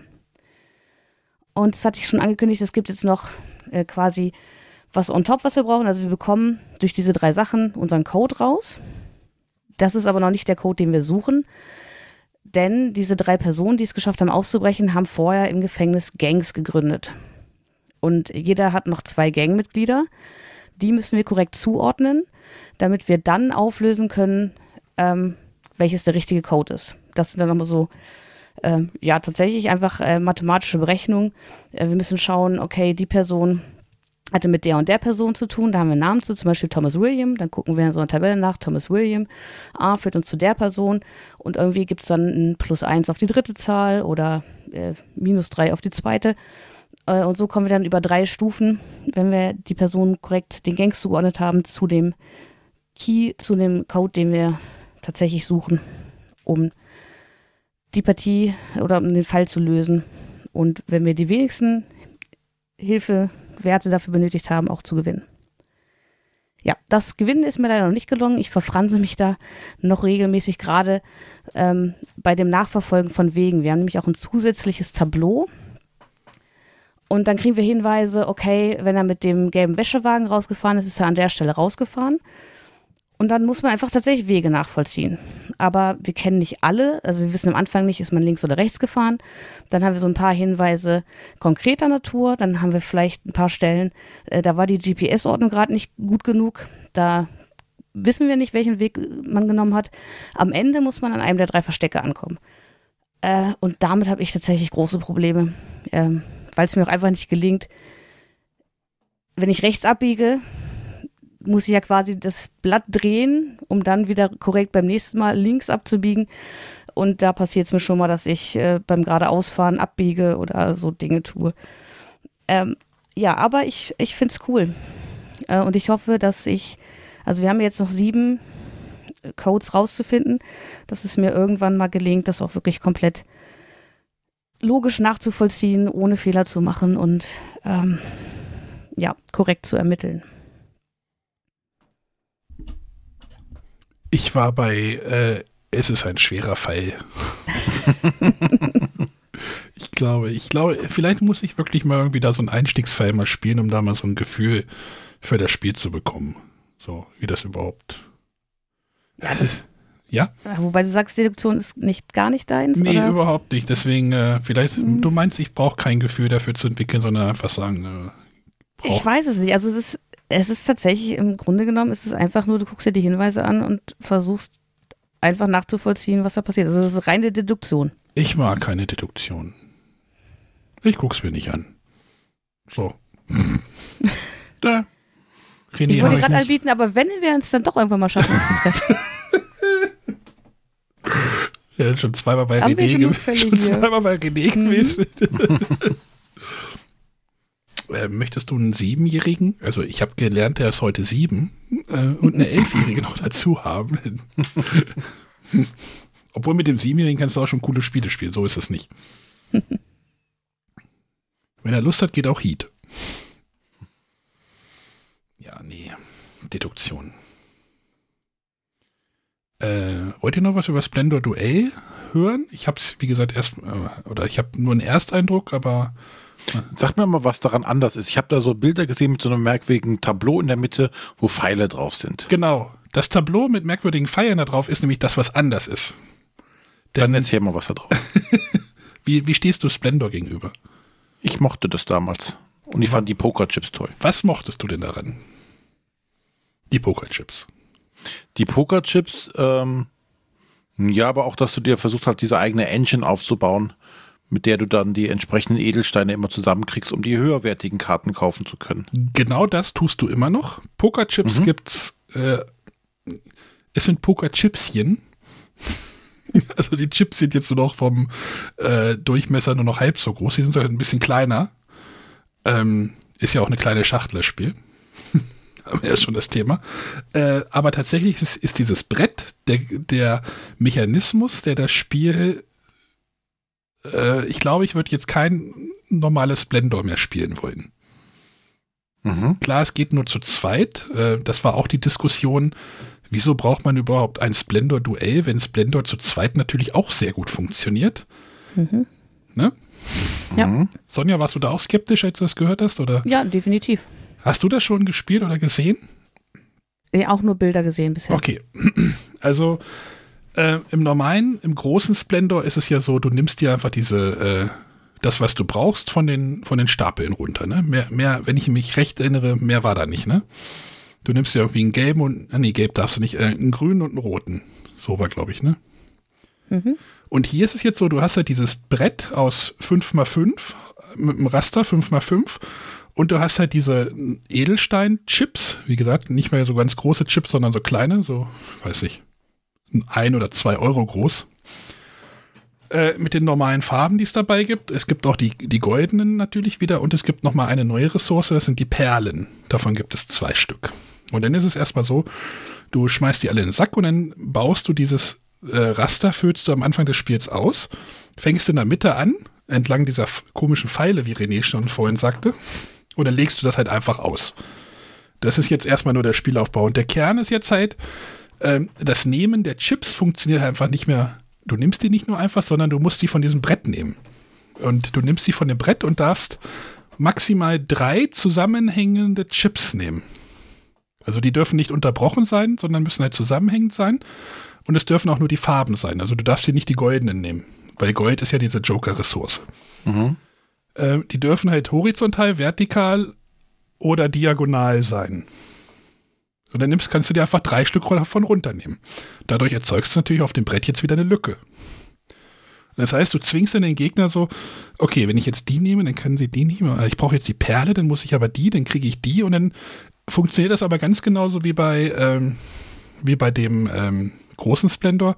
Und das hatte ich schon angekündigt, es gibt jetzt noch quasi was on top, was wir brauchen. Also wir bekommen durch diese 3 Sachen unseren Code raus. Das ist aber noch nicht der Code, den wir suchen. Denn diese 3 Personen, die es geschafft haben auszubrechen, haben vorher im Gefängnis Gangs gegründet. Und jeder hat noch 2 Gangmitglieder. Die müssen wir korrekt zuordnen, damit wir dann auflösen können, welches der richtige Code ist. Das sind dann nochmal so, tatsächlich einfach mathematische Berechnungen. Wir müssen schauen, okay, die Person hatte mit der und der Person zu tun, da haben wir einen Namen zu, zum Beispiel Thomas William, dann gucken wir in so einer Tabelle nach, Thomas William, führt uns zu der Person und irgendwie gibt es dann ein +1 auf die 3. Zahl oder -3 auf die 2. Und so kommen wir dann über 3 Stufen, wenn wir die Person korrekt den Gangs zugeordnet haben, zu dem Key, zu dem Code, den wir tatsächlich suchen, um die Partie oder um den Fall zu lösen. Und wenn wir die wenigsten Hilfewerte dafür benötigt haben, auch zu gewinnen. Ja, das Gewinnen ist mir leider noch nicht gelungen. Ich verfranse mich da noch regelmäßig, gerade bei dem Nachverfolgen von Wegen. Wir haben nämlich auch ein zusätzliches Tableau. Und dann kriegen wir Hinweise, okay, wenn er mit dem gelben Wäschewagen rausgefahren ist, ist er an der Stelle rausgefahren. Und dann muss man einfach tatsächlich Wege nachvollziehen. Aber wir kennen nicht alle, also wir wissen am Anfang nicht, ist man links oder rechts gefahren. Dann haben wir so ein paar Hinweise konkreter Natur. Dann haben wir vielleicht ein paar Stellen, da war die GPS-Ordnung gerade nicht gut genug. Da wissen wir nicht, welchen Weg man genommen hat. Am Ende muss man an einem der 3 Verstecke ankommen. Und damit habe ich tatsächlich große Probleme, weil es mir auch einfach nicht gelingt. Wenn ich rechts abbiege, muss ich ja quasi das Blatt drehen, um dann wieder korrekt beim nächsten Mal links abzubiegen. Und da passiert es mir schon mal, dass ich beim geradeausfahren abbiege oder so Dinge tue. Ja, aber ich finde es cool. Und ich hoffe, dass also wir haben jetzt noch 7 Codes rauszufinden, dass es mir irgendwann mal gelingt, das auch wirklich komplett logisch nachzuvollziehen, ohne Fehler zu machen und korrekt zu ermitteln. Ich war bei Es ist ein schwerer Fall. Ich glaube, vielleicht muss ich wirklich mal irgendwie da so einen Einstiegsfall mal spielen, um da mal so ein Gefühl für das Spiel zu bekommen. So, wie das überhaupt. Ja? Wobei du sagst, Deduktion ist gar nicht deins? Nee, oder? Überhaupt nicht. Deswegen, vielleicht, du meinst, ich brauche kein Gefühl dafür zu entwickeln, sondern einfach sagen, ich weiß es nicht. Also es ist tatsächlich, im Grunde genommen, ist es einfach nur, du guckst dir die Hinweise an und versuchst einfach nachzuvollziehen, was da passiert. Also das ist reine Deduktion. Ich mag keine Deduktion. Ich guck's mir nicht an. So. Da. René, ich wollte gerade anbieten, aber wenn wir uns dann doch irgendwann mal schaffen, uns zu treffen. Ja, schon zweimal bei René gewesen. Möchtest du einen 7-Jährigen? Also ich habe gelernt, der ist heute 7 und eine 11-Jährige noch dazu haben. Obwohl mit dem 7-Jährigen kannst du auch schon coole Spiele spielen. So ist es nicht. Wenn er Lust hat, geht auch Heat. Ja, nee. Deduktion. Wollt ihr noch was über Splendor Duell hören? Ich habe es, wie gesagt, ich habe nur einen Ersteindruck, aber Sag mir mal, was daran anders ist. Ich habe da so Bilder gesehen mit so einem merkwürdigen Tableau in der Mitte, wo Pfeile drauf sind. Genau. Das Tableau mit merkwürdigen Pfeilen da drauf ist nämlich das, was anders ist. Dann erzähl mal, was da drauf ist. Wie stehst du Splendor gegenüber? Ich mochte das damals. Und ich fand die Pokerchips toll. Was mochtest du denn daran? Die Pokerchips. Die Pokerchips, ja, aber auch, dass du dir versucht hast, diese eigene Engine aufzubauen, mit der du dann die entsprechenden Edelsteine immer zusammenkriegst, um die höherwertigen Karten kaufen zu können. Genau das tust du immer noch. Pokerchips gibt's, es sind Pokerchipschen. Also die Chips sind jetzt nur noch vom Durchmesser nur noch halb so groß. Die sind halt ein bisschen kleiner. Ist ja auch eine kleine Schachtel, das Spiel. Haben wir ja schon das Thema. Aber tatsächlich ist dieses Brett der Mechanismus, der das Spiel ich glaube, ich würde jetzt kein normales Splendor mehr spielen wollen. Klar, es geht nur zu zweit. Das war auch die Diskussion, wieso braucht man überhaupt ein Splendor-Duell, wenn Splendor zu zweit natürlich auch sehr gut funktioniert. Ne? Ja. Sonja, warst du da auch skeptisch, als du das gehört hast? Oder? Ja, definitiv. Hast du das schon gespielt oder gesehen? Ja, auch nur Bilder gesehen bisher. Okay, also im großen Splendor ist es ja so, du nimmst dir einfach das, was du brauchst, von den Stapeln runter. Ne? Mehr, wenn ich mich recht erinnere, mehr war da nicht. Ne? Du nimmst dir irgendwie einen gelben und, gelb darfst du nicht, einen grünen und einen roten. So war, glaube ich, ne? Und hier ist es jetzt so, du hast halt dieses Brett aus 5x5 mit einem Raster 5x5 und du hast halt diese Edelstein-Chips, wie gesagt, nicht mehr so ganz große Chips, sondern so kleine, so, weiß ich, 1 oder 2 Euro groß. Mit den normalen Farben, die es dabei gibt. Es gibt auch die goldenen natürlich wieder und es gibt nochmal eine neue Ressource, das sind die Perlen. Davon gibt es 2 Stück. Und dann ist es erstmal so, du schmeißt die alle in den Sack und dann baust du dieses Raster füllst du am Anfang des Spiels aus, fängst in der Mitte an, entlang dieser komischen Pfeile, wie René schon vorhin sagte, und dann legst du das halt einfach aus. Das ist jetzt erstmal nur der Spielaufbau. Und der Kern ist jetzt halt, das Nehmen der Chips funktioniert einfach nicht mehr. Du nimmst die nicht nur einfach, sondern du musst die von diesem Brett nehmen. Und du nimmst die von dem Brett und darfst maximal 3 zusammenhängende Chips nehmen. Also die dürfen nicht unterbrochen sein, sondern müssen halt zusammenhängend sein. Und es dürfen auch nur die Farben sein. Also du darfst hier nicht die goldenen nehmen. Weil Gold ist ja diese Joker-Ressource. Mhm. Die dürfen halt horizontal, vertikal oder diagonal sein. Und dann kannst du dir einfach 3 Stück davon runternehmen. Dadurch erzeugst du natürlich auf dem Brett jetzt wieder eine Lücke. Das heißt, du zwingst dann den Gegner so, okay, wenn ich jetzt die nehme, dann können sie die nehmen. Ich brauche jetzt die Perle, dann muss ich aber die, dann kriege ich die. Und dann funktioniert das aber ganz genauso wie bei dem großen Splendor.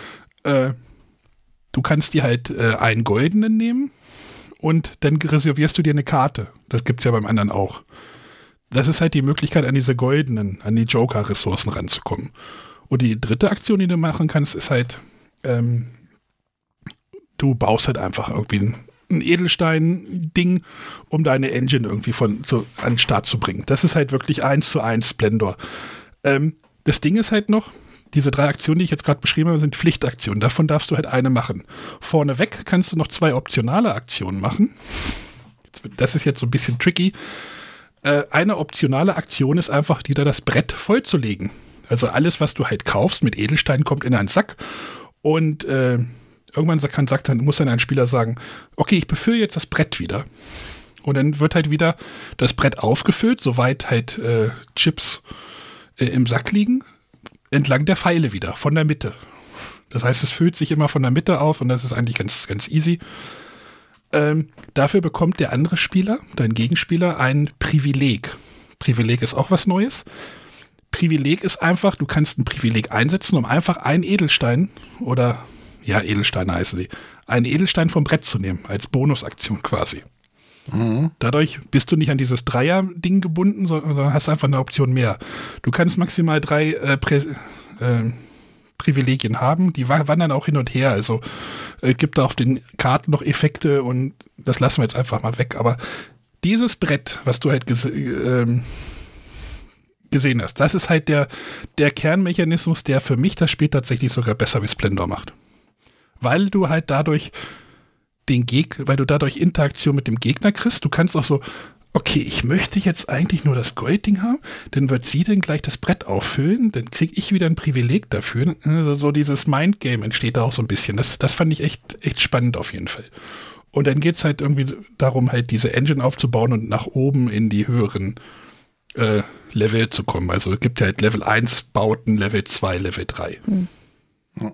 Du kannst dir halt einen goldenen nehmen und dann reservierst du dir eine Karte. Das gibt es ja beim anderen auch. Das ist halt die Möglichkeit, an diese goldenen, an die Joker-Ressourcen ranzukommen. Und die dritte Aktion, die du machen kannst, ist halt, du baust halt einfach irgendwie ein Edelstein-Ding, um deine Engine irgendwie an den Start zu bringen. Das ist halt wirklich 1:1 Splendor. Das Ding ist halt noch, diese 3 Aktionen, die ich jetzt gerade beschrieben habe, sind Pflichtaktionen. Davon darfst du halt eine machen. Vorneweg kannst du noch 2 optionale Aktionen machen. Das ist jetzt so ein bisschen tricky. Eine optionale Aktion ist einfach, dir das Brett vollzulegen. Also alles, was du halt kaufst mit Edelsteinen, kommt in einen Sack. Und irgendwann muss dann ein Spieler sagen, okay, ich befülle jetzt das Brett wieder. Und dann wird halt wieder das Brett aufgefüllt, soweit halt Chips im Sack liegen, entlang der Pfeile wieder, von der Mitte. Das heißt, es füllt sich immer von der Mitte auf und das ist eigentlich ganz, ganz easy. Dafür bekommt der andere Spieler, dein Gegenspieler, ein Privileg. Privileg ist auch was Neues. Privileg ist einfach, du kannst ein Privileg einsetzen, um einfach einen Edelstein oder, ja, Edelsteine heißen die, einen Edelstein vom Brett zu nehmen, als Bonusaktion quasi. Mhm. Dadurch bist du nicht an dieses Dreier-Ding gebunden, sondern hast einfach eine Option mehr. Du kannst maximal 3 Privilegien haben, die wandern auch hin und her, also gibt da auf den Karten noch Effekte und das lassen wir jetzt einfach mal weg, aber dieses Brett, was du halt gesehen hast, das ist halt der Kernmechanismus, der für mich das Spiel tatsächlich sogar besser wie Splendor macht. Weil du halt dadurch Interaktion mit dem Gegner kriegst, du kannst auch so, okay, ich möchte jetzt eigentlich nur das Goldding haben, dann wird sie dann gleich das Brett auffüllen, dann kriege ich wieder ein Privileg dafür. Also so dieses Mindgame entsteht da auch so ein bisschen. Das fand ich echt spannend auf jeden Fall. Und dann geht es halt irgendwie darum, halt diese Engine aufzubauen und nach oben in die höheren Level zu kommen. Also es gibt ja halt Level 1 Bauten, Level 2, Level 3. Mhm. Ja.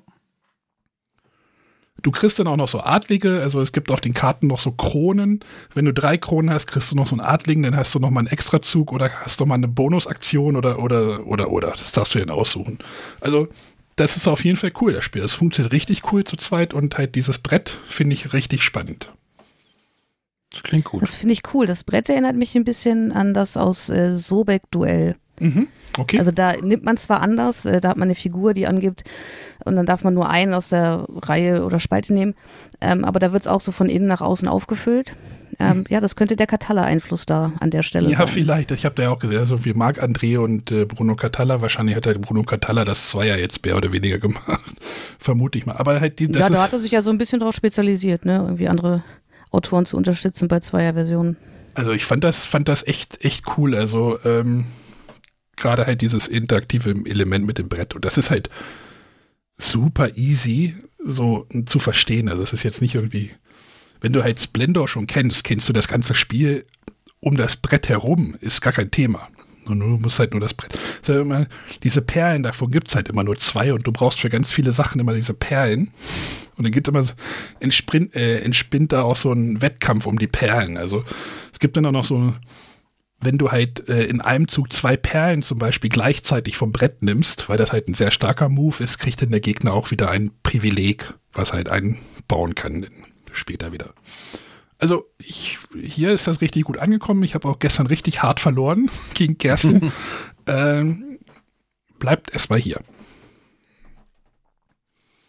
Du kriegst dann auch noch so Adlige, also es gibt auf den Karten noch so Kronen. Wenn du 3 Kronen hast, kriegst du noch so einen Adligen, dann hast du noch mal einen Extrazug oder hast noch mal eine Bonusaktion oder. Das darfst du dann aussuchen. Also das ist auf jeden Fall cool, das Spiel. Das funktioniert richtig cool zu zweit und halt dieses Brett finde ich richtig spannend. Das klingt gut. Das finde ich cool. Das Brett erinnert mich ein bisschen an das aus Sobek-Duell. Mhm, okay. Also da nimmt man zwar anders, da hat man eine Figur, die angibt und dann darf man nur einen aus der Reihe oder Spalte nehmen, aber da wird es auch so von innen nach außen aufgefüllt. Ja, das könnte der Catalla-Einfluss da an der Stelle sein. Ja, vielleicht. Ich habe da ja auch gesehen, so wie Marc-André und Bruno Catalla, wahrscheinlich hat der Bruno Catalla das Zweier jetzt mehr oder weniger gemacht. Vermute ich mal. Aber halt da hat er sich ja so ein bisschen drauf spezialisiert, ne? Irgendwie andere Autoren zu unterstützen bei Zweier-Versionen. Also ich fand das echt cool. Also gerade halt dieses interaktive Element mit dem Brett. Und das ist halt super easy so zu verstehen. Also es ist jetzt nicht irgendwie, wenn du halt Splendor schon kennst du das ganze Spiel um das Brett herum, ist gar kein Thema. Und du musst halt nur das Brett. Also immer, diese Perlen, davon gibt es halt immer nur 2 und du brauchst für ganz viele Sachen immer diese Perlen. Und dann gibt es immer so, entspinnt da auch so ein Wettkampf um die Perlen. Also es gibt dann auch noch so, wenn du halt in einem Zug 2 Perlen zum Beispiel gleichzeitig vom Brett nimmst, weil das halt ein sehr starker Move ist, kriegt dann der Gegner auch wieder ein Privileg, was halt einbauen kann später wieder. Also hier ist das richtig gut angekommen. Ich habe auch gestern richtig hart verloren gegen Kerstin. Bleibt erstmal hier.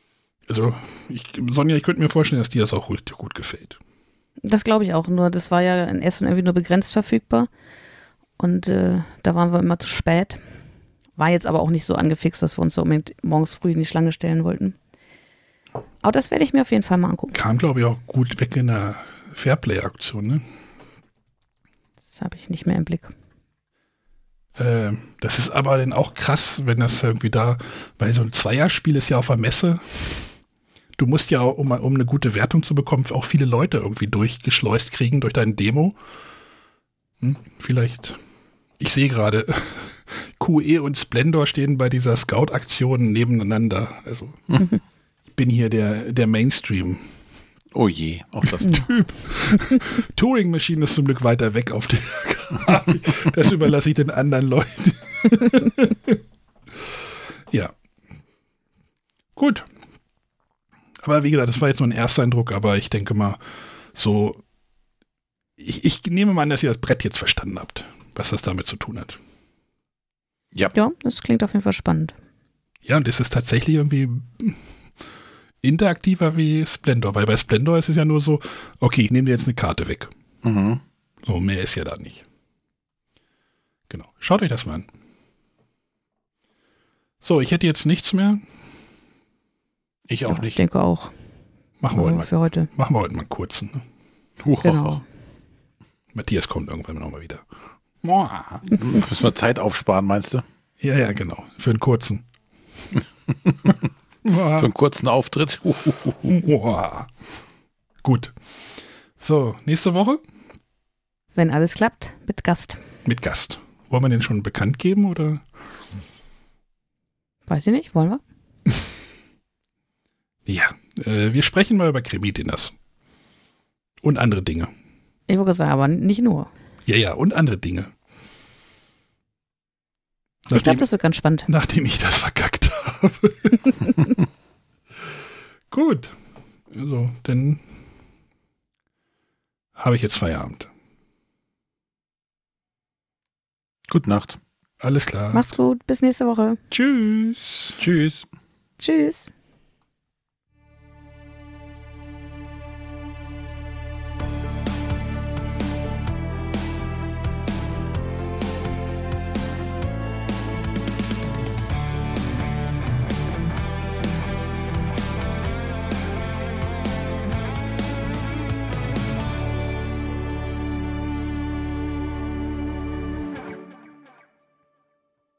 Also, Sonja, ich könnte mir vorstellen, dass dir das auch gut gefällt. Das glaube ich auch, nur das war ja in Essen irgendwie nur begrenzt verfügbar. Und da waren wir immer zu spät. War jetzt aber auch nicht so angefixt, dass wir uns so unbedingt morgens früh in die Schlange stellen wollten. Aber das werde ich mir auf jeden Fall mal angucken. Kam, glaube ich, auch gut weg in der Fairplay-Aktion, ne? Das habe ich nicht mehr im Blick. Das ist aber dann auch krass, wenn das irgendwie da, weil so ein Zweierspiel ist ja auf der Messe. Du musst ja, um eine gute Wertung zu bekommen, auch viele Leute irgendwie durchgeschleust kriegen durch deine Demo. Vielleicht, ich sehe gerade, QE und Splendor stehen bei dieser Scout-Aktion nebeneinander. Also ich bin hier der Mainstream. Oh je, auch das Typ. Turing Machine ist zum Glück weiter weg auf der Grafik. Das überlasse ich den anderen Leuten. Ja. Gut. Aber wie gesagt, das war jetzt nur ein Ersteindruck, aber ich denke mal, so, ich nehme mal an, dass ihr das Brett jetzt verstanden habt, was das damit zu tun hat. Ja, das klingt auf jeden Fall spannend. Ja, und es ist tatsächlich irgendwie interaktiver wie Splendor, weil bei Splendor ist es ja nur so, okay, ich nehme dir jetzt eine Karte weg. Mhm. So, mehr ist ja da nicht. Genau. Schaut euch das mal an. So, ich hätte jetzt nichts mehr. Ich auch Ich nicht. denke auch. Machen wir Für heute. heute mal einen kurzen. Ne? Genau. Matthias kommt irgendwann nochmal wieder. Müssen wir Zeit aufsparen, meinst du? Ja, genau. Für einen kurzen. Für einen kurzen Auftritt. Gut. So, nächste Woche? Wenn alles klappt, mit Gast. Mit Gast. Wollen wir den schon bekannt geben, oder? Weiß ich nicht, wollen wir? Ja, wir sprechen mal über Krimi-Dinners. Und andere Dinge. Ich würde sagen, aber nicht nur. Ja, und andere Dinge. Ich glaube, das wird ganz spannend. Nachdem ich das verkackt habe. Gut. Also, dann habe ich jetzt Feierabend. Gute Nacht. Alles klar. Macht's gut, bis nächste Woche. Tschüss. Tschüss. Tschüss.